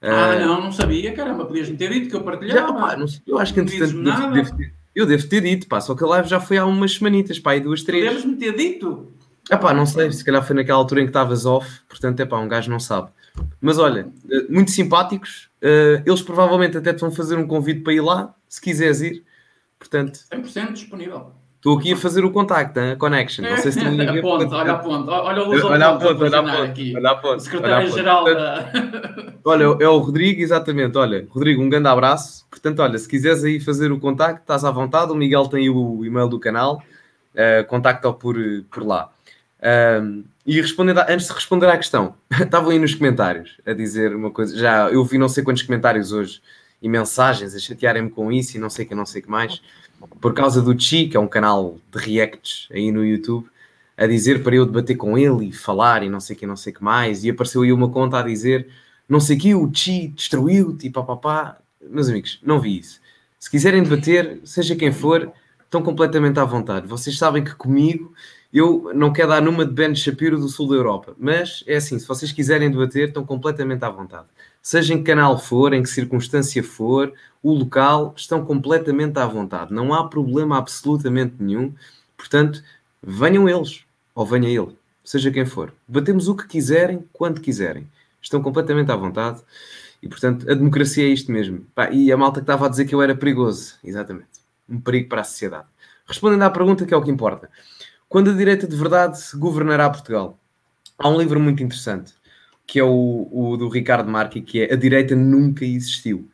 Não sabia, caramba, podias-me ter dito que eu partilhava. Eu acho que entretanto eu devo ter dito, pá, só que a live já foi há umas semanitas, pá, aí 2, 3. Deves-me ter dito? Não sei, se calhar foi naquela altura em que estavas off, portanto, um gajo não sabe. Mas olha, muito simpáticos, eles provavelmente até te vão fazer um convite para ir lá, se quiseres ir, portanto... 100% disponível. Estou aqui a fazer o contacto, a connection. Não sei se estão a ver. Olha a ponte. Olha o ponto aqui. O secretário-geral da... Olha, é o Rodrigo, exatamente. Olha, Rodrigo, um grande abraço. Portanto, olha, se quiseres aí fazer o contacto, estás à vontade. O Miguel tem o e-mail do canal. Contacta-o por lá. E antes de responder à questão, estavam aí nos comentários a dizer uma coisa. Já eu vi não sei quantos comentários hoje e mensagens a chatearem-me com isso e não sei o que mais. Por causa do Chi, que é um canal de reacts aí no YouTube, a dizer para eu debater com ele e falar e não sei o que mais, e apareceu aí uma conta a dizer não sei o que, o Chi destruiu-te e papapá. Meus amigos, não vi isso. Se quiserem debater, seja quem for, estão completamente à vontade. Vocês sabem que comigo, eu não quero dar numa de Ben Shapiro do sul da Europa, mas é assim, se vocês quiserem debater, estão completamente à vontade. Seja em que canal for, em que circunstância for, o local, estão completamente à vontade. Não há problema absolutamente nenhum. Portanto, venham eles, ou venha ele, seja quem for. Debatemos o que quiserem, quando quiserem. Estão completamente à vontade. E, portanto, a democracia é isto mesmo. E a malta que estava a dizer que eu era perigoso. Exatamente. Um perigo para a sociedade. Respondendo à pergunta, que é o que importa. Quando a direita de verdade governará Portugal? Há um livro muito interessante, que é o do Ricardo Marchi, que é A Direita Nunca Existiu.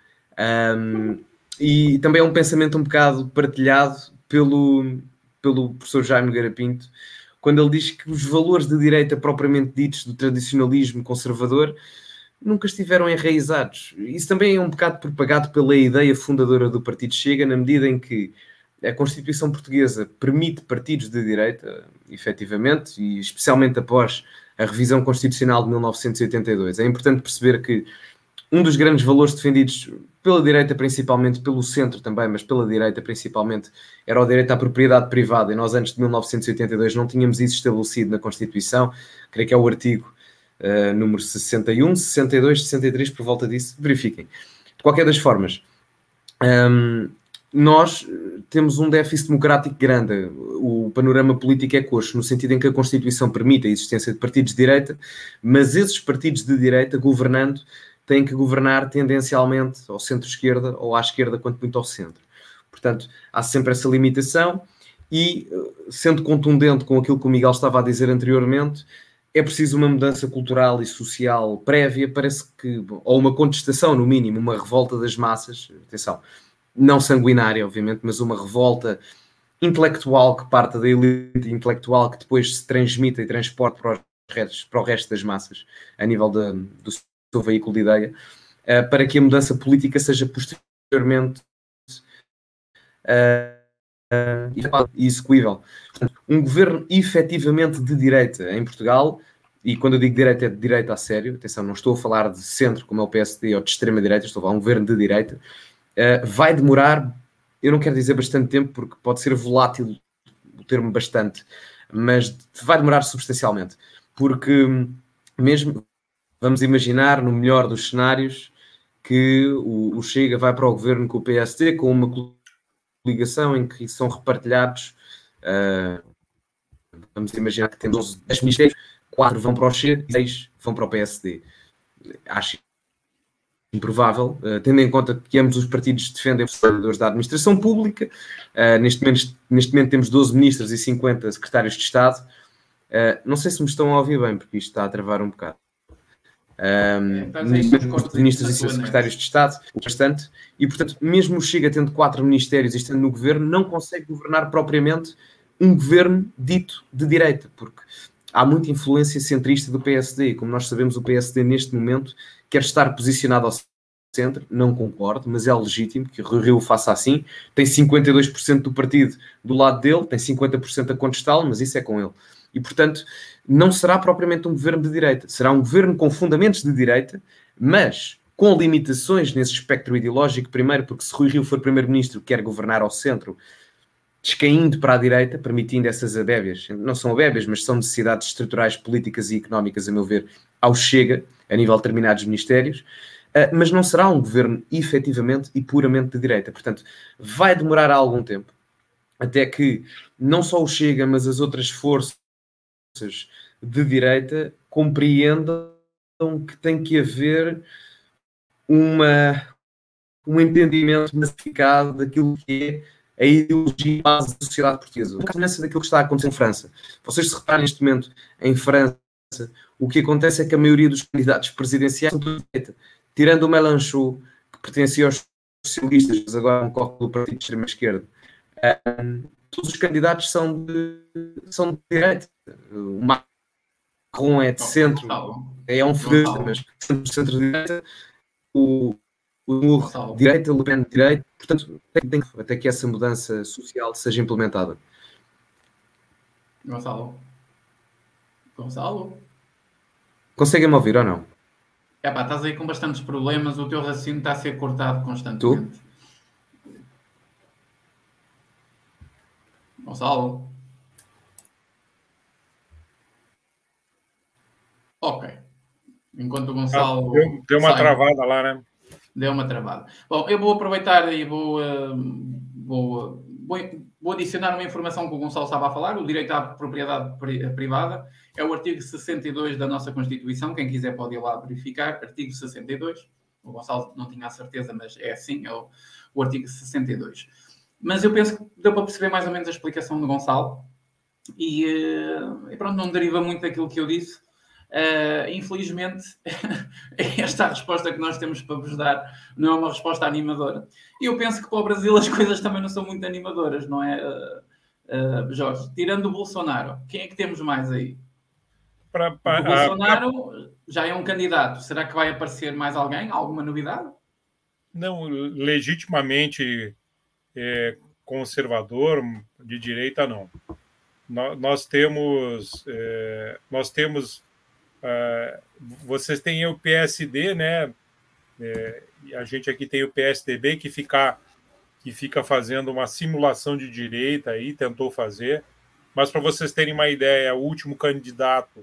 E também é um pensamento um bocado partilhado pelo professor Jaime Nogueira Pinto, quando ele diz que os valores de direita propriamente ditos do tradicionalismo conservador nunca estiveram enraizados. Isso também é um bocado propagado pela ideia fundadora do Partido Chega, na medida em que a Constituição Portuguesa permite partidos de direita, efetivamente, e especialmente após a revisão constitucional de 1982. É importante perceber que um dos grandes valores defendidos pela direita, principalmente pelo centro também, mas pela direita principalmente, era o direito à propriedade privada, e nós antes de 1982 não tínhamos isso estabelecido na Constituição. Creio que é o artigo número 61, 62, 63, por volta disso. Verifiquem. De qualquer das formas, nós temos um déficit democrático grande. O panorama político é coxo, no sentido em que a Constituição permite a existência de partidos de direita, mas esses partidos de direita, governando, têm que governar tendencialmente ao centro-esquerda ou à esquerda, quanto muito ao centro. Portanto, há sempre essa limitação e, sendo contundente com aquilo que o Miguel estava a dizer anteriormente, é preciso uma mudança cultural e social prévia, parece que, ou uma contestação, no mínimo, uma revolta das massas, atenção, não sanguinária, obviamente, mas uma revolta intelectual que parte da elite intelectual que depois se transmite e transporta para o resto das massas, a nível do seu veículo de ideia, para que a mudança política seja posteriormente execuível. Um governo efetivamente de direita em Portugal, e quando eu digo direita é de direita a sério, atenção, não estou a falar de centro como é o PSD ou de extrema-direita, estou a falar de um governo de direita, vai demorar, eu não quero dizer bastante tempo porque pode ser volátil o termo bastante, mas vai demorar substancialmente, porque mesmo, vamos imaginar, no melhor dos cenários, que o Chega vai para o governo com o PSD, com uma coligação em que são repartilhados, vamos imaginar que temos 10 ministérios, 4 vão para o Chega e 6 vão para o PSD. Acho improvável, tendo em conta que ambos os partidos defendem os trabalhadores da administração pública. Neste momento temos 12 ministros e 50 secretários de Estado. Não sei se me estão a ouvir bem, porque isto está a travar um bocado. Ministros e secretários de Estado, bastante, e portanto, mesmo o Chega tendo 4 ministérios e estando no governo, não consegue governar propriamente um governo dito de direita, porque há muita influência centrista do PSD, e como nós sabemos, o PSD neste momento quer estar posicionado ao centro, não concordo, mas é legítimo que o Rui Rio faça assim, tem 52% do partido do lado dele, tem 50% a contestá-lo, mas isso é com ele. E, portanto, não será propriamente um governo de direita. Será um governo com fundamentos de direita, mas com limitações nesse espectro ideológico. Primeiro, porque se Rui Rio for primeiro-ministro, quer governar ao centro, descaindo para a direita, permitindo essas abébias. Não são abébias, mas são necessidades estruturais, políticas e económicas, a meu ver, ao Chega, a nível de determinados ministérios. mas não será um governo efetivamente e puramente de direita. Portanto, vai demorar algum tempo até que não só o Chega, mas as outras forças de direita compreendam que tem que haver um entendimento massificado daquilo que é a ideologia base da sociedade portuguesa. Uma semelhança daquilo que está a acontecer em França. Vocês se reparem neste momento em França, o que acontece é que a maioria dos candidatos presidenciais são de direita. Tirando o Mélenchon, que pertencia aos socialistas, mas agora não corre do partido de extrema-esquerda, todos os candidatos são de direita. O Macron é de centro, é um federalista, mas centro-direita. O direita, Le Pen de direita. Portanto, tem até que essa mudança social seja implementada. Gonçalo? Conseguem-me ouvir ou não? Estás aí com bastantes problemas, o teu raciocínio está a ser cortado constantemente. Gonçalo? Ok. Enquanto o Gonçalo... Deu uma travada lá, né? Deu uma travada. Bom, eu vou aproveitar e vou adicionar uma informação que o Gonçalo estava a falar. O direito à propriedade privada é o artigo 62 da nossa Constituição. Quem quiser pode ir lá verificar. Artigo 62. O Gonçalo não tinha a certeza, mas é assim, é o artigo 62. Mas eu penso que deu para perceber mais ou menos a explicação do Gonçalo. E pronto, não deriva muito daquilo que eu disse. Infelizmente, esta é a resposta que nós temos para vos dar, não é uma resposta animadora. E eu penso que para o Brasil as coisas também não são muito animadoras, não é, Jorge? Tirando o Bolsonaro, quem é que temos mais aí? O Bolsonaro já é um candidato. Será que vai aparecer mais alguém? Alguma novidade? Não, legitimamente conservador, de direita, não. Nós temos vocês têm o PSD, né? A gente aqui tem o PSDB que fica fazendo uma simulação de direita aí, tentou fazer. Mas para vocês terem uma ideia, o último candidato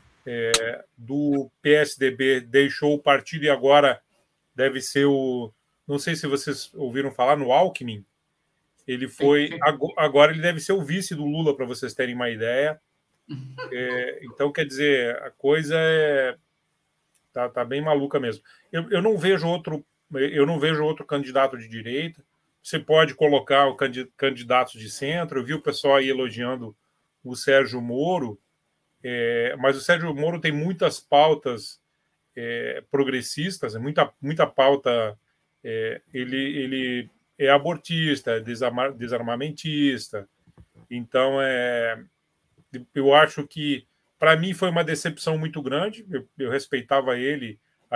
do PSDB deixou o partido e agora deve ser não sei se vocês ouviram falar no Alckmin. Ele foi. Agora ele deve ser o vice do Lula, para vocês terem uma ideia. Então, quer dizer, a coisa tá bem maluca mesmo. Eu não vejo outro candidato de direita. Você pode colocar o candidato de centro. Eu vi o pessoal aí elogiando o Sérgio Moro, mas o Sérgio Moro tem muitas pautas progressistas, muita pauta. Ele é abortista, desarmamentista. Então, eu acho que, para mim, foi uma decepção muito grande. Eu respeitava ele,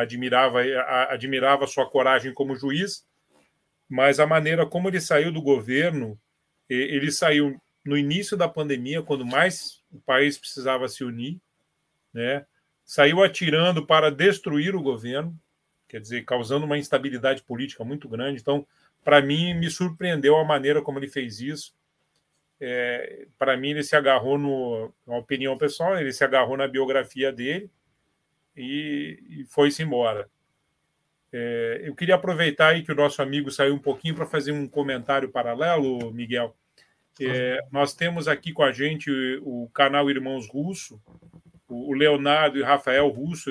admirava a sua coragem como juiz, mas a maneira como ele saiu do governo, ele saiu no início da pandemia, quando mais o país precisava se unir, né? Saiu atirando para destruir o governo, quer dizer, causando uma instabilidade política muito grande. Então, para mim, me surpreendeu a maneira como ele fez isso. Para mim, ele se agarrou na opinião pessoal, ele se agarrou na biografia dele e foi-se embora. Eu queria aproveitar aí que o nosso amigo saiu um pouquinho para fazer um comentário paralelo, Miguel. Nós temos aqui com a gente o canal Irmãos Russo, o Leonardo e o Rafael Russo,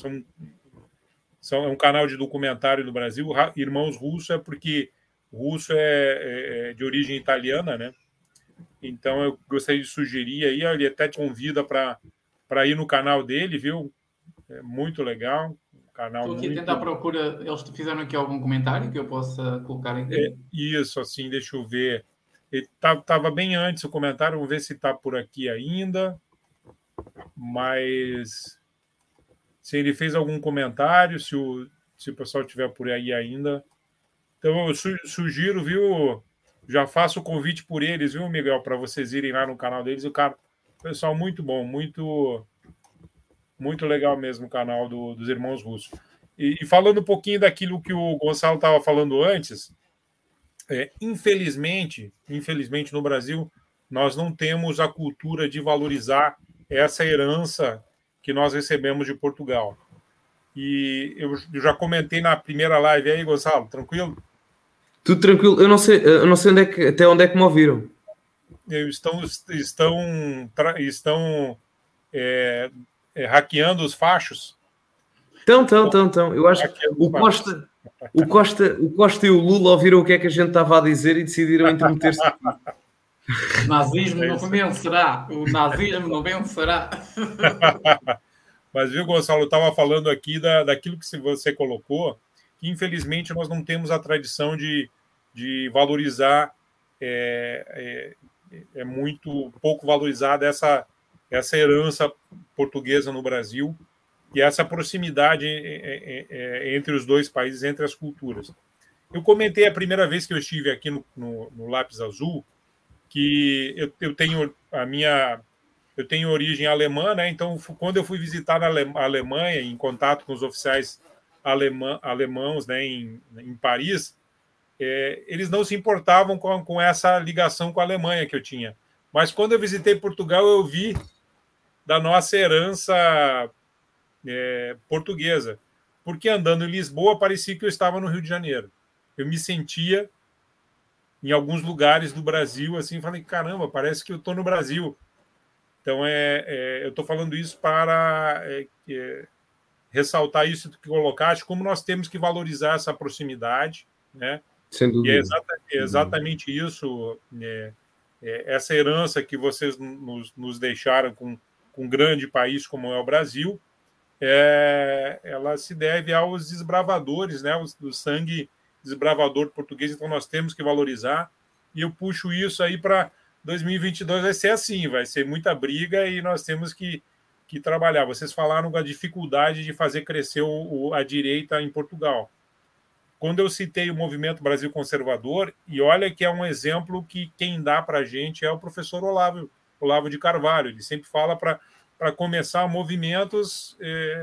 é um canal de documentário no Brasil. Irmãos Russo é porque russo é de origem italiana, né? Então eu gostaria de sugerir aí, ele até te convida para ir no canal dele, viu? É muito legal. Estou aqui a tentar procura. Eles fizeram aqui algum comentário que eu possa colocar aqui? Isso, assim, deixa eu ver. Estava bem antes o comentário, vamos ver se está por aqui ainda. Mas se ele fez algum comentário, se o pessoal estiver por aí ainda. Então eu sugiro, viu? Já faço o convite por eles, viu, Miguel, para vocês irem lá no canal deles. Pessoal muito bom, muito, muito legal mesmo o canal dos Irmãos Russos. E falando um pouquinho daquilo que o Gonçalo estava falando antes, infelizmente no Brasil, nós não temos a cultura de valorizar essa herança que nós recebemos de Portugal. E eu já comentei na primeira live aí, Gonçalo, tranquilo? Tudo tranquilo. Eu não sei até onde é que me ouviram. Estão hackeando os fachos. Então. Eu acho que o Costa e o Lula ouviram o que é que a gente estava a dizer e decidiram intermeter-se aqui. O nazismo não vencerá. O nazismo não vencerá. Mas, viu, Gonçalo, eu estava falando aqui daquilo que você colocou, que infelizmente nós não temos a tradição de valorizar, é muito pouco valorizada essa herança portuguesa no Brasil e essa proximidade entre os dois países, entre as culturas. Eu comentei a primeira vez que eu estive aqui no Lápis Azul, que eu tenho origem alemã, né? Então, quando eu fui visitar a Alemanha, em contato com os oficiais alemãos, né, em Paris, eles não se importavam com essa ligação com a Alemanha que eu tinha. Mas quando eu visitei Portugal, eu vi da nossa herança portuguesa. Porque andando em Lisboa, parecia que eu estava no Rio de Janeiro. Eu me sentia em alguns lugares do Brasil, assim, falei, caramba, parece que eu estou no Brasil. Então, eu estou falando isso para ressaltar isso que colocaste, como nós temos que valorizar essa proximidade, né? Sem dúvida. E é exatamente isso, essa herança que vocês nos deixaram com um grande país como é o Brasil, ela se deve aos desbravadores, né? Do sangue desbravador português, então nós temos que valorizar, e eu puxo isso aí para 2022, vai ser assim, vai ser muita briga e nós temos que trabalhar. Vocês falaram da dificuldade de fazer crescer a direita em Portugal. Quando eu citei o Movimento Brasil Conservador, e olha que é um exemplo que quem dá para a gente é o professor Olavo de Carvalho. Ele sempre fala para começar movimentos,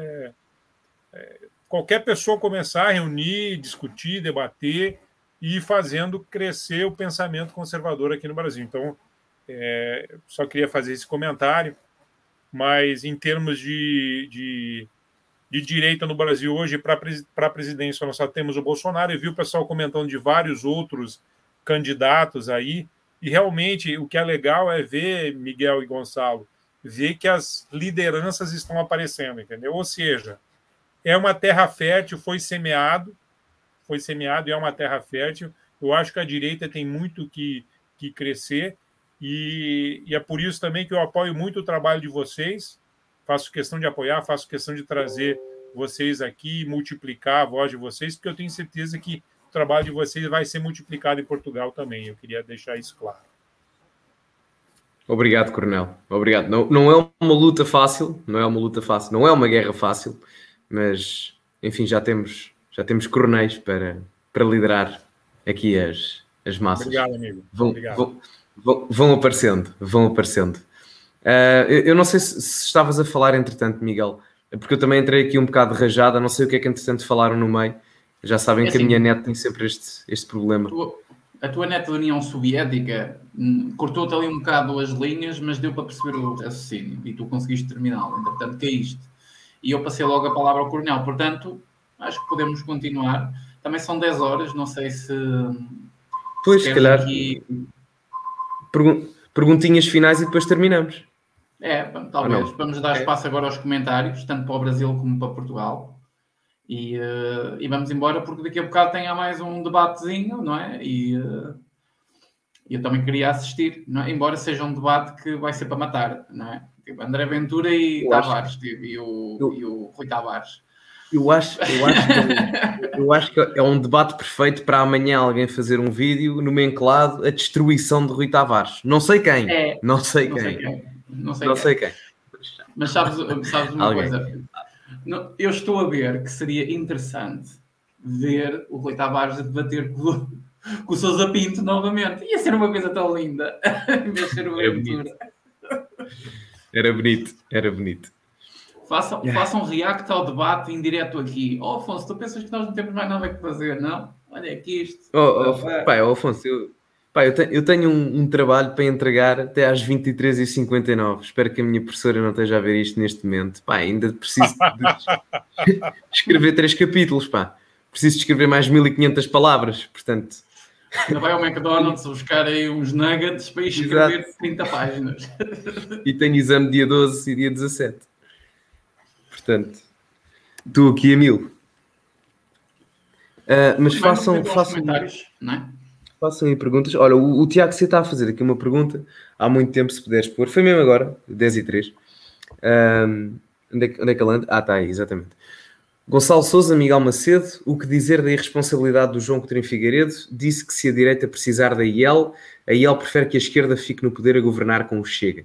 qualquer pessoa começar a reunir, discutir, debater e ir fazendo crescer o pensamento conservador aqui no Brasil. Então, só queria fazer esse comentário, mas em termos de direita no Brasil hoje, para a presidência, nós só temos o Bolsonaro. Eu vi o pessoal comentando de vários outros candidatos aí, e realmente o que é legal é ver, Miguel e Gonçalo, ver que as lideranças estão aparecendo, entendeu? Ou seja, é uma terra fértil, foi semeado e é uma terra fértil. Eu acho que a direita tem muito que crescer, e é por isso também que eu apoio muito o trabalho de vocês. Faço questão de apoiar, faço questão de trazer vocês aqui, multiplicar a voz de vocês, porque eu tenho certeza que o trabalho de vocês vai ser multiplicado em Portugal também. Eu queria deixar isso claro. Obrigado, Coronel. Obrigado. Não é uma luta fácil, não é uma guerra fácil, mas, enfim, já temos coronéis para liderar aqui as massas. Obrigado, amigo. Vão aparecendo. Eu não sei se estavas a falar, entretanto, Miguel, porque eu também entrei aqui um bocado de rajada, não sei o que é que, entretanto, falaram no meio. Já sabem que a minha net tem sempre este problema. A tua net da União Soviética cortou-te ali um bocado as linhas, mas deu para perceber o raciocínio e tu conseguiste terminá-lo. Entretanto, caíste. E eu passei logo a palavra ao Coronel. Portanto, acho que podemos continuar. Também são 10 horas, não sei se... Pois, se calhar... Aqui... Perguntinhas finais e depois terminamos. Talvez. Vamos dar espaço agora aos comentários, tanto para o Brasil como para Portugal. E vamos embora, porque daqui a bocado tem mais um debatezinho, não é? E eu também queria assistir, não é? Embora seja um debate que vai ser para matar, não é? Tipo, André Ventura e Tavares, e o Rui Tavares. Eu acho que é um debate perfeito para amanhã alguém fazer um vídeo nomenclado a destruição de Rui Tavares. Não sei quem. Não sei quem. Mas sabes uma coisa? Eu estou a ver que seria interessante ver o Rui Tavares debater com o Sousa Pinto novamente. Ia ser uma coisa tão linda, em vez de ser uma aventura. Era bonito. Façam react ao debate em direto aqui. Afonso, tu pensas que nós não temos mais nada que fazer, não? Olha aqui isto. Afonso, Pá, eu tenho um trabalho para entregar até às 23h59. Espero que a minha professora não esteja a ver isto neste momento. Pá, ainda preciso de escrever 3 capítulos, pá. Preciso de escrever mais 1500 palavras, portanto... Ainda vai ao McDonald's buscar aí uns nuggets para escrever 30 páginas. E tenho exame dia 12 e dia 17. Portanto, estou aqui a 1000. Mas façam comentários, não é? Façam aí perguntas. Olha, o Tiago C está a fazer aqui uma pergunta há muito tempo, se puderes pôr. Foi mesmo agora, 10h03. Onde é que ele anda? Está aí, exatamente. Gonçalo Sousa, Miguel Macedo, o que dizer da irresponsabilidade do João Coutinho Figueiredo? Disse que se a direita precisar da IEL, a IEL prefere que a esquerda fique no poder a governar com o Chega.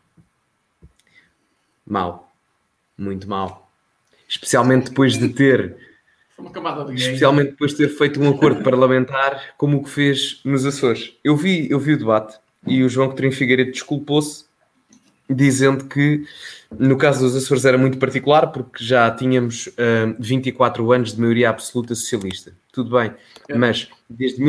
Mau. Muito mau. Especialmente depois de ter... Especialmente depois de ter feito um acordo parlamentar como o que fez nos Açores. Eu vi o debate e o João Coutinho Figueiredo desculpou-se dizendo que no caso dos Açores era muito particular porque já tínhamos 24 anos de maioria absoluta socialista. Tudo bem, mas desde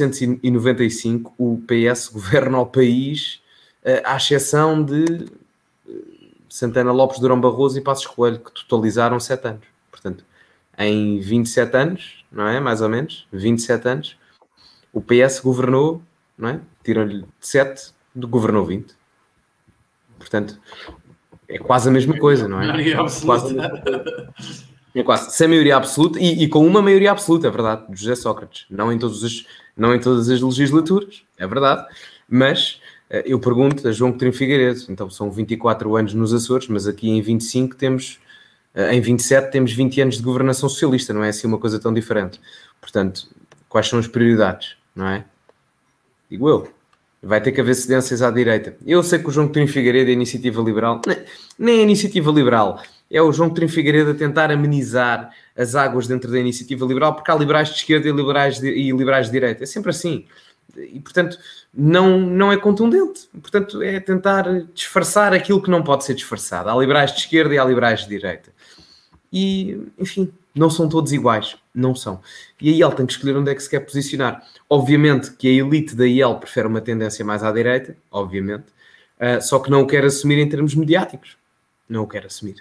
1995 o PS governa o país à exceção de Santana Lopes, Durão Barroso e Passos Coelho, que totalizaram 7 anos. Portanto, em 27 anos, não é? Mais ou menos, 27 anos, o PS governou, não é? Tiram-lhe 7, governou 20. Portanto, é quase a mesma coisa, não é? Maioria absoluta. É quase, sem maioria absoluta e com uma maioria absoluta, é verdade, de José Sócrates. Não em todas as legislaturas, é verdade. Mas eu pergunto a João Coutinho Figueiredo, então são 24 anos nos Açores, mas aqui em 25 temos... Em 27 temos 20 anos de governação socialista, não é assim uma coisa tão diferente. Portanto, quais são as prioridades, não é? Digo eu. Vai ter que haver cedências à direita. Eu sei que o João Coutinho Figueiredo é a Iniciativa Liberal. Nem é a Iniciativa Liberal. É o João Coutinho Figueiredo a tentar amenizar as águas dentro da Iniciativa Liberal, porque há liberais de esquerda e liberais de direita. É sempre assim. E, portanto, não é contundente. Portanto, é tentar disfarçar aquilo que não pode ser disfarçado. Há liberais de esquerda e há liberais de direita. E, enfim, não são todos iguais. Não são. E a IEL tem que escolher onde é que se quer posicionar. Obviamente que a elite da IEL prefere uma tendência mais à direita, obviamente, só que não o quer assumir em termos mediáticos. Não o quer assumir.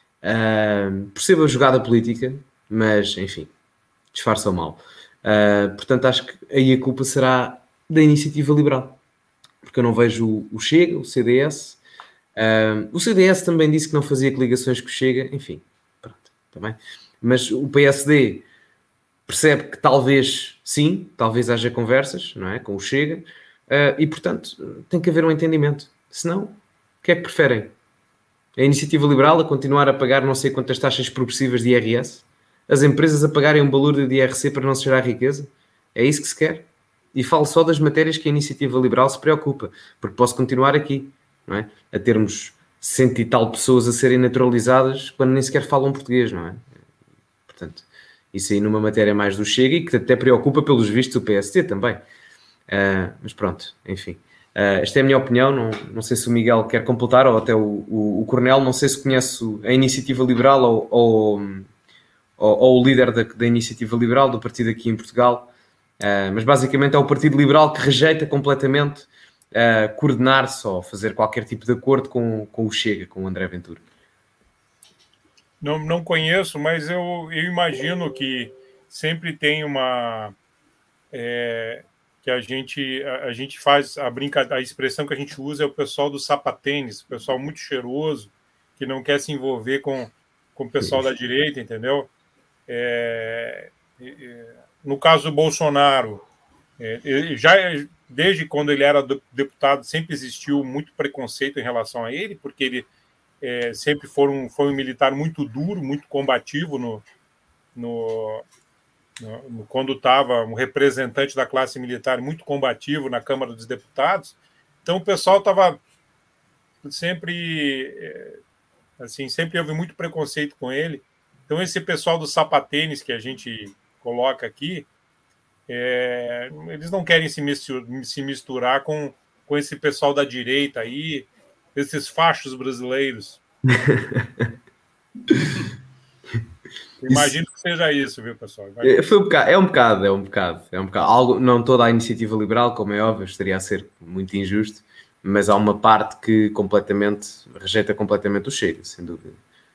Percebo a jogada política, mas, enfim, disfarçam mal. Portanto, acho que aí a culpa será da Iniciativa Liberal. Porque eu não vejo o Chega, o CDS. O CDS também disse que não fazia coligações com o Chega. Enfim, pronto, também. Mas o PSD percebe que talvez, sim, talvez haja conversas, não é, com o Chega. E, portanto, tem que haver um entendimento. Senão, o que é que preferem? A Iniciativa Liberal a continuar a pagar não sei quantas taxas progressivas de IRS? As empresas a pagarem um balúrdio de IRC para não se gerar riqueza? É isso que se quer? E falo só das matérias que a Iniciativa Liberal se preocupa, porque posso continuar aqui, não é? A termos 100 e tal pessoas a serem naturalizadas quando nem sequer falam português, não é? Portanto, isso aí numa matéria mais do Chega e que até preocupa pelos vistos do PST também. Mas pronto, enfim. Esta é a minha opinião, não sei se o Miguel quer completar ou até o Coronel, não sei se conhece a Iniciativa Liberal ou o líder da Iniciativa Liberal, do partido aqui em Portugal, mas basicamente é o Partido Liberal que rejeita completamente coordenar-se ou fazer qualquer tipo de acordo com o Chega, com o André Ventura. Não conheço, mas eu imagino que sempre tem uma... que a gente faz a expressão que a gente usa é o pessoal do sapatênis, o pessoal muito cheiroso, que não quer se envolver com o pessoal da direita, entendeu? No caso do Bolsonaro, já desde quando ele era deputado, sempre existiu muito preconceito em relação a ele, porque ele sempre foi um militar muito duro, muito combativo quando estava um representante da classe militar muito combativo na Câmara dos Deputados. Então o pessoal estava sempre houve muito preconceito com ele. Então esse pessoal do sapatênis que a gente coloca aqui, eles não querem se misturar com esse pessoal da direita aí, esses fachos brasileiros. Imagino que seja isso, viu, pessoal? É um bocado. Algo, não toda a iniciativa liberal, como é óbvio, estaria a ser muito injusto, mas há uma parte que rejeita completamente o Chega, sem dúvida.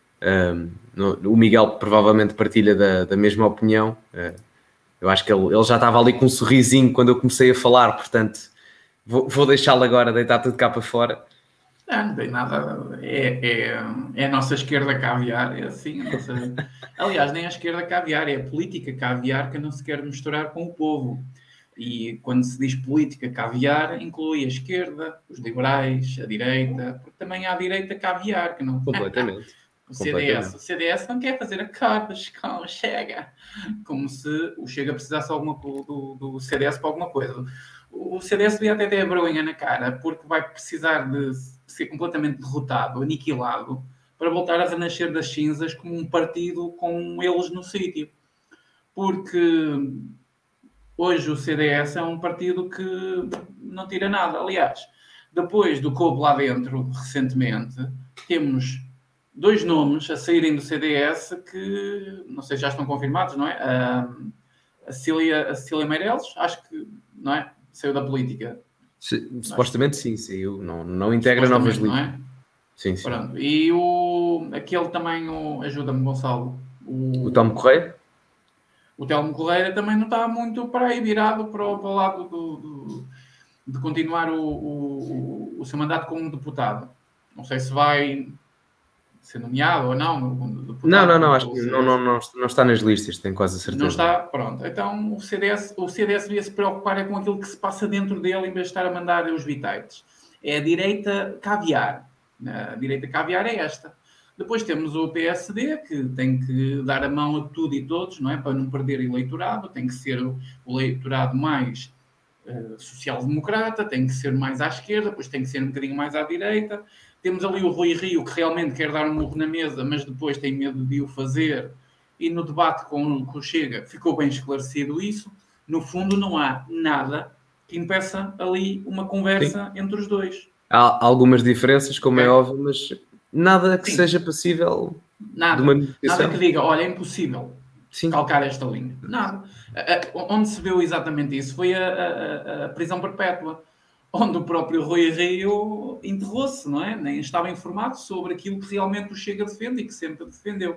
O Miguel provavelmente partilha da mesma opinião. Eu acho que ele já estava ali com um sorrisinho quando eu comecei a falar, portanto vou deixá-lo agora deitar tudo cá para fora. Não tem nada. É a nossa esquerda caviar, é assim. Aliás, nem a esquerda caviar, é a política caviar que não se quer misturar com o povo. E quando se diz política caviar, inclui a esquerda, os liberais, a direita, porque também há a direita caviar, que não. Completamente. O CDS não quer fazer acordos com o Chega, como se o Chega precisasse do CDS para alguma coisa. O CDS devia até ter a vergonha na cara, porque vai precisar de ser completamente derrotado, aniquilado, para voltar a renascer das cinzas como um partido com eles no sítio. Porque hoje o CDS é um partido que não tira nada. Aliás, depois do que houve lá dentro recentemente, temos 2 nomes a saírem do CDS que, não sei se já estão confirmados, não é? A Cecília Meirelles, acho que, não é? Saiu da política. Supostamente sim, saiu. Não integra novas listas. Não é? Sim. Pronto. E aquele também, ajuda-me, Gonçalo. O Telmo Correia? O Telmo Correia também não está muito para aí virado para o lado de continuar o seu mandato como deputado. Não sei se vai ser nomeado ou não. Não, acho que não está nas listas, tenho quase a certeza. Não está, pronto. Então o CDS devia se preocupar com aquilo que se passa dentro dele em vez de estar a mandar os bitites. É a direita caviar. A direita caviar é esta. Depois temos o PSD, que tem que dar a mão a tudo e todos, não é? Para não perder eleitorado, tem que ser o eleitorado mais social-democrata, tem que ser mais à esquerda, depois tem que ser um bocadinho mais à direita. Temos ali o Rui Rio, que realmente quer dar um murro na mesa, mas depois tem medo de o fazer. E no debate com o Chega ficou bem esclarecido isso. No fundo, não há nada que impeça ali uma conversa entre os dois. Há algumas diferenças, como é óbvio, mas nada que seja passível de uma negociação. Nada que diga, olha, é impossível calcar esta linha. Nada. Onde se viu exatamente isso foi a prisão perpétua, onde o próprio Rui Rio enterrou-se, não é? Nem estava informado sobre aquilo que realmente o Chega defende e que sempre defendeu.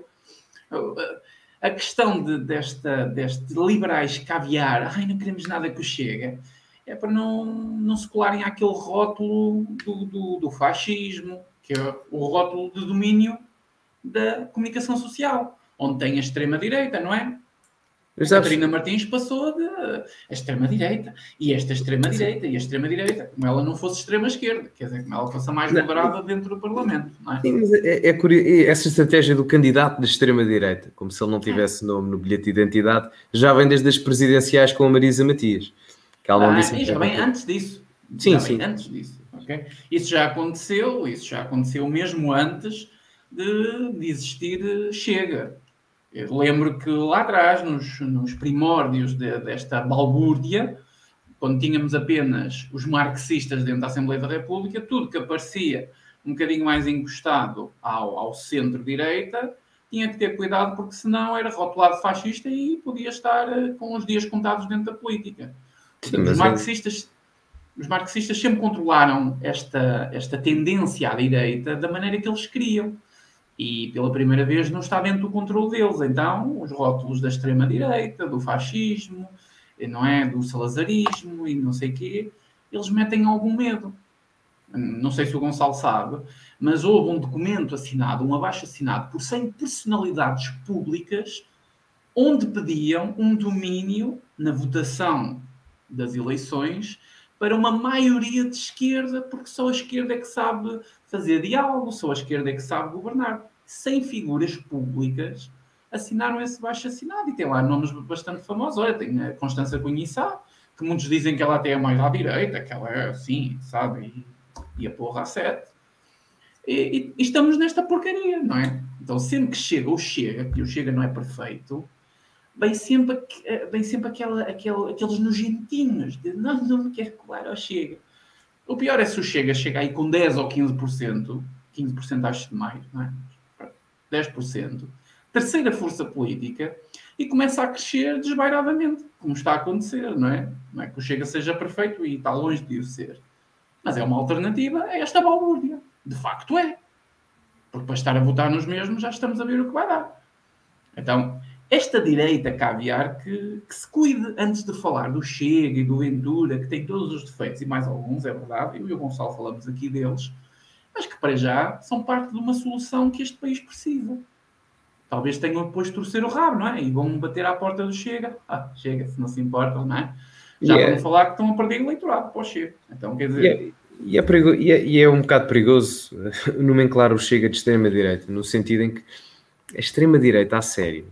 A questão deste liberais caviar, não queremos nada que o Chega, é para não se colarem àquele rótulo do fascismo, que é o rótulo de domínio da comunicação social, onde tem a extrema-direita, não é? A Catarina Martins passou a extrema-direita, e esta extrema-direita, e a extrema-direita, como ela não fosse extrema-esquerda, quer dizer, como ela fosse a mais moderada dentro do Parlamento, não é? Sim, mas é curioso, essa estratégia do candidato de extrema-direita, como se ele não tivesse nome no bilhete de identidade, já vem desde as presidenciais com a Marisa Matias. Que ela não disse já vem antes disso. Sim. Antes disso, ok? Isso já aconteceu mesmo antes de existir Chega. Eu lembro que lá atrás, nos primórdios desta balbúrdia, quando tínhamos apenas os marxistas dentro da Assembleia da República, tudo que aparecia um bocadinho mais encostado ao centro-direita, tinha que ter cuidado, porque senão era rotulado fascista e podia estar com os dias contados dentro da política. Sim, os marxistas sempre controlaram esta tendência à direita da maneira que eles queriam. E pela primeira vez não está dentro do controle deles. Então, os rótulos da extrema-direita, do fascismo, não é? Do salazarismo e não sei o quê, eles metem algum medo. Não sei se o Gonçalo sabe, mas houve um documento assinado, um abaixo-assinado por 100 personalidades públicas, onde pediam um domínio na votação das eleições para uma maioria de esquerda, porque só a esquerda é que sabe fazer diálogo, só a esquerda é que sabe governar. 100 figuras públicas assinaram esse baixo-assinado e tem lá nomes bastante famosos. Olha, tem a Constança Cunhissá, que muitos dizem que ela até é mais à direita, que ela é assim, sabe, e a porra a 7. E estamos nesta porcaria, não é? Então, sempre que chega o Chega, que o Chega não é perfeito, vem sempre aqueles nojentinhos de não me quer colar ao Chega. O pior é se o Chega aí com 10 ou 15%, 15% acho demais, não é? 10%, terceira força política e começa a crescer desvairadamente, como está a acontecer, não é? Não é que o Chega seja perfeito e está longe de o ser. Mas é uma alternativa a esta balbúrdia. De facto é. Porque para estar a votar nos mesmos já estamos a ver o que vai dar. Então, esta direita caviar que se cuide antes de falar do Chega e do Ventura, que tem todos os defeitos e mais alguns, é verdade, eu e o Gonçalo falamos aqui deles, mas que para já são parte de uma solução que este país precisa. Talvez tenham depois de torcer o rabo, não é? E vão bater à porta do Chega. Chega, se não se importam, não é? Já para não falar que estão a perder eleitorado para o Chega. Então, quer dizer... E é um bocado perigoso nomenclar o Chega de extrema-direita, no sentido em que a extrema-direita a sério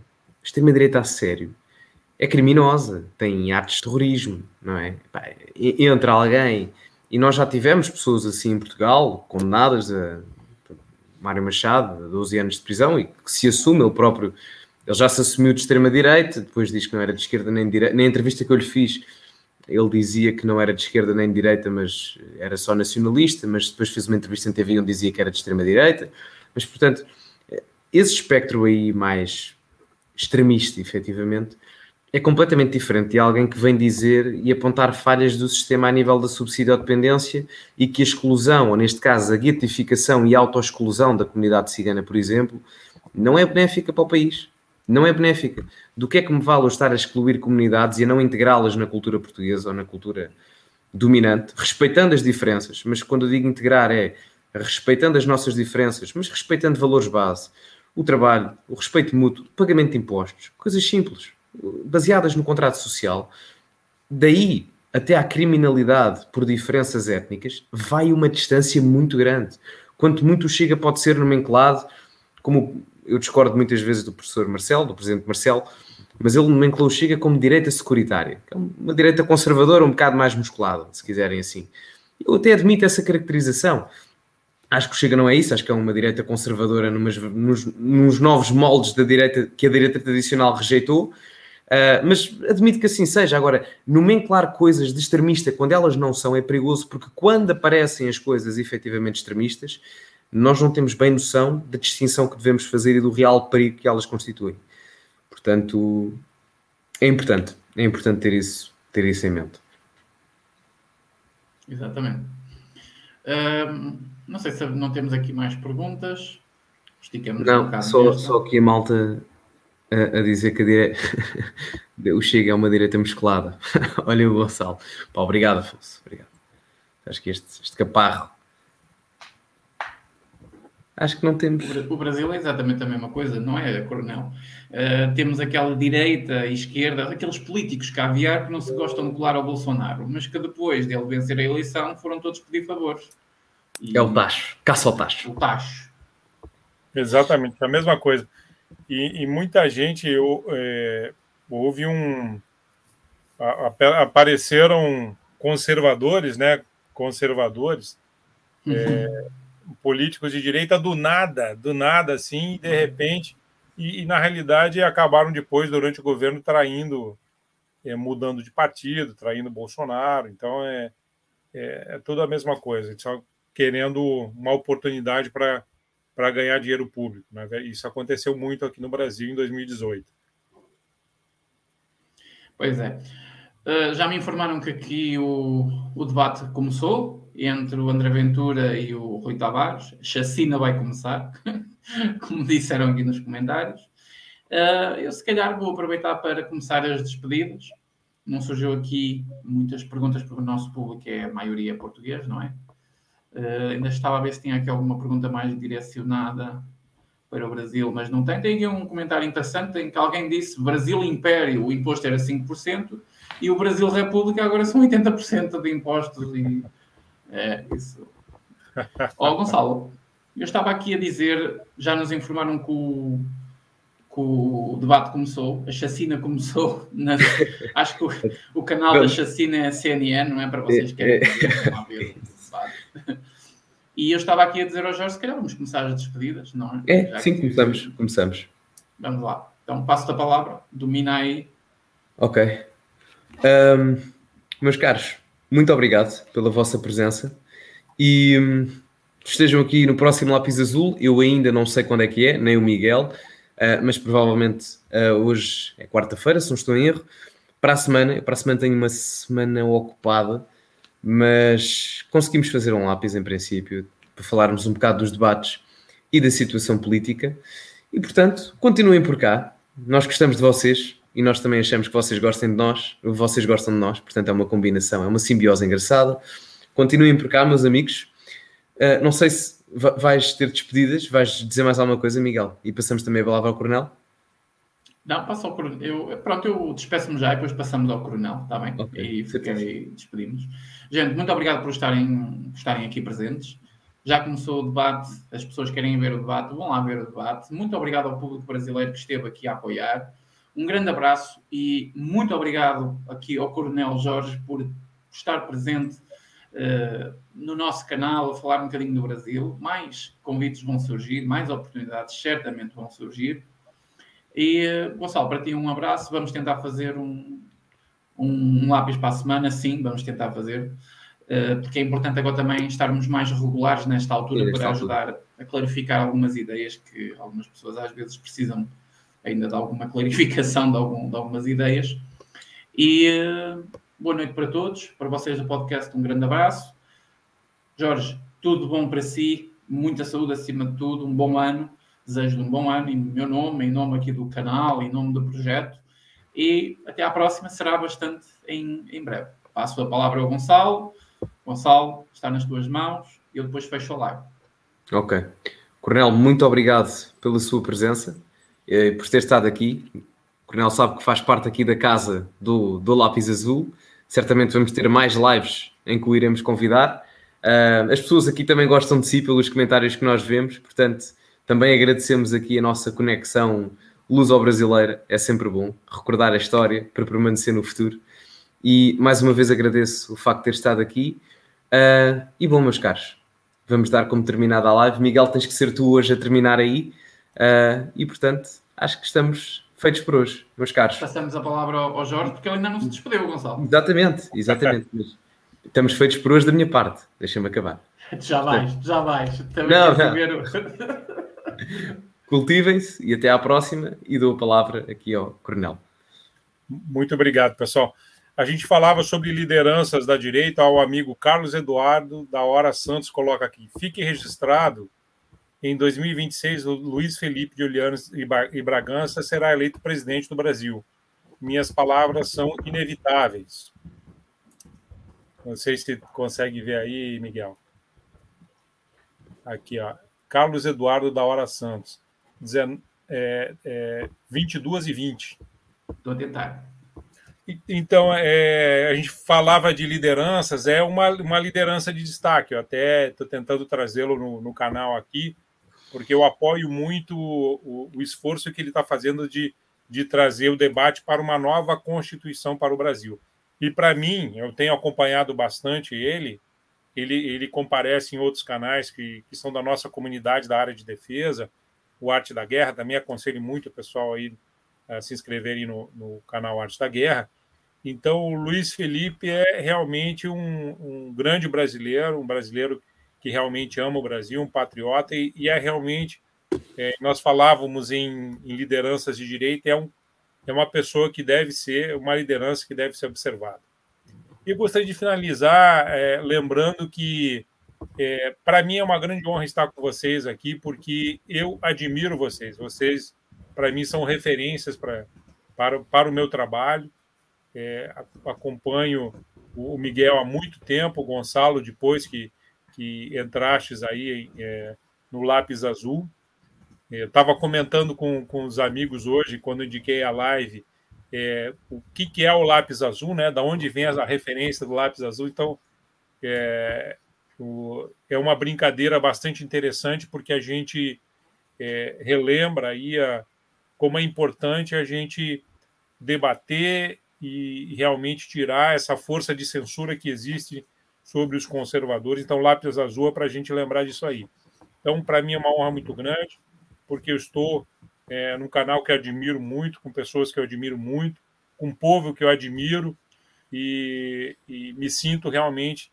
é criminosa, tem atos de terrorismo, não é? Entra alguém, e nós já tivemos pessoas assim em Portugal, condenadas a Mário Machado, a 12 anos de prisão, e que se assume ele próprio, ele já se assumiu de extrema-direita, depois diz que não era de esquerda nem de direita. Na entrevista que eu lhe fiz, ele dizia que não era de esquerda nem de direita, mas era só nacionalista, mas depois fez uma entrevista em TV onde dizia que era de extrema-direita. Mas, portanto, esse espectro aí mais extremista, efetivamente, é completamente diferente de alguém que vem dizer e apontar falhas do sistema a nível da subsídio-dependência e que a exclusão, ou neste caso a guetificação e autoexclusão da comunidade cigana, por exemplo, não é benéfica para o país. Não é benéfica. Do que é que me vale eu estar a excluir comunidades e a não integrá-las na cultura portuguesa ou na cultura dominante, respeitando as diferenças, mas quando eu digo integrar é respeitando as nossas diferenças, mas respeitando valores base, o trabalho, o respeito mútuo, o pagamento de impostos, coisas simples, baseadas no contrato social. Daí até à criminalidade por diferenças étnicas, vai uma distância muito grande. Quanto muito o Chega pode ser nomenclado, como eu discordo muitas vezes do professor Marcelo, do presidente Marcelo, mas ele nomenclou o Chega como direita securitária, que é uma direita conservadora um bocado mais musculada, se quiserem assim. Eu até admito essa caracterização. Acho que o Chega não é isso, acho que é uma direita conservadora nos novos moldes da direita que a direita tradicional rejeitou, mas admito que assim seja. Agora, nomenclar coisas de extremista quando elas não são é perigoso, porque quando aparecem as coisas efetivamente extremistas, nós não temos bem noção da distinção que devemos fazer e do real perigo que elas constituem. Portanto, é importante ter isso em mente. Exatamente. Não sei se não temos aqui mais perguntas. Esticamos um bocado. Só aqui a malta a dizer que o Chega é uma direita musculada. Olha o Gonçalo. Pá, obrigado, Afonso. Obrigado. Acho que este caparro. Acho que não temos. O Brasil é exatamente a mesma coisa, não é, Coronel? Temos aquela direita e esquerda, aqueles políticos caviar que não se gostam de colar ao Bolsonaro, mas que depois dele vencer a eleição foram todos pedir favores. É o tacho, caça ao tacho. O tacho. Exatamente, a mesma coisa. E muita gente houve apareceram conservadores, né? Conservadores, políticos de direita do nada, assim, de repente, e na realidade acabaram depois, durante o governo, traindo, mudando de partido, traindo Bolsonaro. Então é tudo a mesma coisa, só querendo uma oportunidade para ganhar dinheiro público, né? Isso aconteceu muito aqui no Brasil em 2018. Pois é. Já me informaram que aqui o debate começou entre o André Ventura e o Rui Tavares. A chacina vai começar, como disseram aqui nos comentários. Eu, se calhar, vou aproveitar para começar as despedidas. Não surgiu aqui muitas perguntas, porque o nosso público é a maioria português, não é? Ainda estava a ver se tinha aqui alguma pergunta mais direcionada para o Brasil, mas não tem. Tem aqui um comentário interessante em que alguém disse Brasil Império, o imposto era 5%, e o Brasil República agora são 80% de impostos. E isso. Gonçalo, eu estava aqui a dizer, já nos informaram que o debate começou, a chacina começou, acho que o canal da chacina é a CNN, não é? Para vocês que querem ver o debate. E eu estava aqui a dizer ao Jorge, se calhar vamos começar as despedidas, não é? Sim, começamos. Vamos lá. Então, passo-te a palavra, domina aí. Ok. Meus caros, muito obrigado pela vossa presença e estejam aqui no próximo Lápis Azul. Eu ainda não sei quando é que é, nem o Miguel, mas provavelmente hoje é quarta-feira, se não estou em erro. Para a semana tenho uma semana ocupada, mas conseguimos fazer um lápis em princípio, para falarmos um bocado dos debates e da situação política. E, portanto, continuem por cá. Nós gostamos de vocês e nós também achamos que vocês gostem de nós, vocês gostam de nós, portanto é uma combinação, é uma simbiose engraçada. Continuem por cá, meus amigos. Não sei se vais ter despedidas, vais dizer mais alguma coisa, Miguel? E passamos também a palavra ao Coronel. Não, passa ao Coronel. Eu despeço-me já e depois passamos ao Coronel, está bem? Okay, e despedimos. Gente, muito obrigado por estarem aqui presentes. Já começou o debate, as pessoas querem ver o debate, vão lá ver o debate. Muito obrigado ao público brasileiro que esteve aqui a apoiar. Um grande abraço e muito obrigado aqui ao Coronel Jorge por estar presente no nosso canal a falar um bocadinho do Brasil. Mais convites vão surgir, mais oportunidades certamente vão surgir. E, Gonçalo, para ti um abraço. Vamos tentar fazer um lápis para a semana. Sim, vamos tentar fazer. Porque é importante agora também estarmos mais regulares nesta altura para ajudar a clarificar algumas ideias que algumas pessoas às vezes precisam ainda de alguma clarificação de algumas ideias. E boa noite para todos. Para vocês do podcast, um grande abraço. Jorge, tudo bom para si. Muita saúde acima de tudo. Um bom ano. Desejo-lhe um bom ano em meu nome, em nome aqui do canal, em nome do projeto. E até à próxima, será bastante em breve. Passo a palavra ao Gonçalo. Gonçalo, está nas tuas mãos. Eu depois fecho a live. Ok. Coronel, muito obrigado pela sua presença, por ter estado aqui. O Coronel sabe que faz parte aqui da casa do Lápis Azul. Certamente vamos ter mais lives em que o iremos convidar. As pessoas aqui também gostam de si pelos comentários que nós vemos, portanto... Também agradecemos aqui a nossa conexão luso-brasileira. É sempre bom recordar a história para permanecer no futuro. E mais uma vez agradeço o facto de ter estado aqui. E bom, meus caros, vamos dar como terminada a live. Miguel, tens que ser tu hoje a terminar aí. E portanto, acho que estamos feitos por hoje, meus caros. Passamos a palavra ao Jorge, porque ele ainda não se despediu, Gonçalo. Exatamente. Mas estamos feitos por hoje da minha parte. Deixa-me acabar. Já vais. Não. Cultivem-se e até à próxima, e dou a palavra aqui ao Coronel. Muito obrigado, pessoal. A gente falava sobre lideranças da direita, ao amigo Carlos Eduardo da Hora Santos coloca aqui: fique registrado, em 2026 o Luiz Felipe de Orleans e Bragança será eleito presidente do Brasil. Minhas palavras são inevitáveis. Não sei se consegue ver aí, Miguel. Aqui, ó. Carlos Eduardo da Hora Santos, 22h20. Estou a tentar. Então, a gente falava de lideranças, é uma liderança de destaque. Eu até estou tentando trazê-lo no canal aqui, porque eu apoio muito o esforço que ele está fazendo de trazer o debate para uma nova Constituição para o Brasil. E, para mim, eu tenho acompanhado bastante ele comparece em outros canais que são da nossa comunidade da área de defesa, o Arte da Guerra. Também aconselho muito o pessoal aí a se inscreverem no canal Arte da Guerra. Então, o Luiz Felipe é realmente um grande brasileiro, um brasileiro que realmente ama o Brasil, um patriota, e é realmente... nós falávamos em lideranças de direita, é uma pessoa que deve ser, uma liderança que deve ser observada. E eu gostaria de finalizar lembrando que, para mim, é uma grande honra estar com vocês aqui, porque eu admiro vocês. Vocês, para mim, são referências para o meu trabalho. Acompanho o Miguel há muito tempo, o Gonçalo, depois que entrastes aí no Lápis Azul. Eu estava comentando com os amigos hoje, quando indiquei a live, o que é o Lápis Azul, né? Da onde vem a referência do Lápis Azul. Então, é uma brincadeira bastante interessante, porque a gente relembra aí como é importante a gente debater e realmente tirar essa força de censura que existe sobre os conservadores. Então, Lápis Azul é para a gente lembrar disso aí. Então, para mim é uma honra muito grande, porque eu estou num canal que eu admiro muito, com pessoas que eu admiro muito, com um povo que eu admiro, e me sinto realmente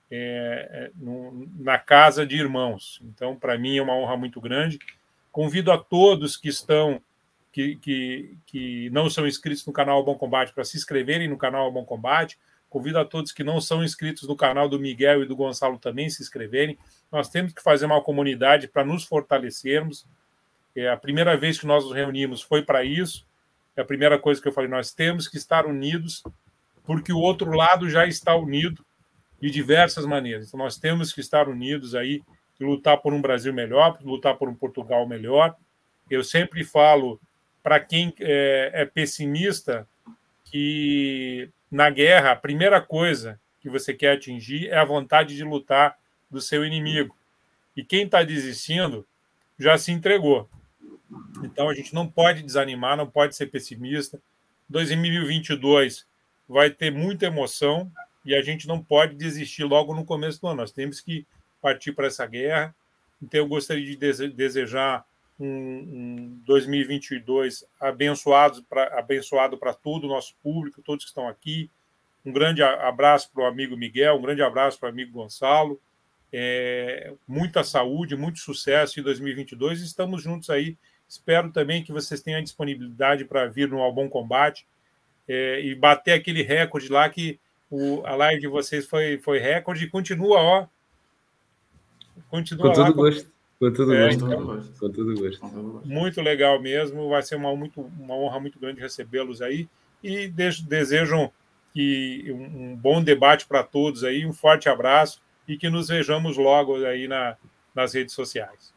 na casa de irmãos. Então, para mim, é uma honra muito grande. Convido a todos que estão que não são inscritos no canal Bom Combate para se inscreverem no canal Bom Combate. Convido a todos que não são inscritos no canal do Miguel e do Gonçalo também se inscreverem. Nós temos que fazer uma comunidade para nos fortalecermos. A primeira vez que nós nos reunimos foi para isso. É a primeira coisa que eu falei, nós temos que estar unidos, porque o outro lado já está unido de diversas maneiras. Então, nós temos que estar unidos aí e lutar por um Brasil melhor, lutar por um Portugal melhor. Eu sempre falo para quem é pessimista que na guerra a primeira coisa que você quer atingir é a vontade de lutar do seu inimigo. E quem está desistindo já se entregou. Então a gente não pode desanimar, não pode ser pessimista. 2022 vai ter muita emoção e a gente não pode desistir logo no começo do ano. Nós temos que partir para essa guerra. Então eu gostaria de desejar um 2022 abençoado para todo o nosso público, todos que estão aqui. Um grande abraço para o amigo Miguel, um grande abraço para o amigo Gonçalo. Muita saúde, muito sucesso em 2022. Estamos juntos aí. Espero também que vocês tenham a disponibilidade para vir no Ao Bom Combate e bater aquele recorde lá que a live de vocês foi recorde e continua, Continua com lá. Todo gosto. Com todo gosto. Muito legal mesmo. Vai ser uma honra muito grande recebê-los aí. E desejam que um bom debate para todos aí. Um forte abraço e que nos vejamos logo aí nas redes sociais.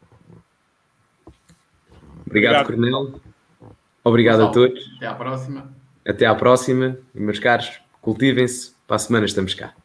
Obrigado, Coronel. Obrigado a todos. Até à próxima. Até à próxima. E, meus caros, cultivem-se. Para a semana estamos cá.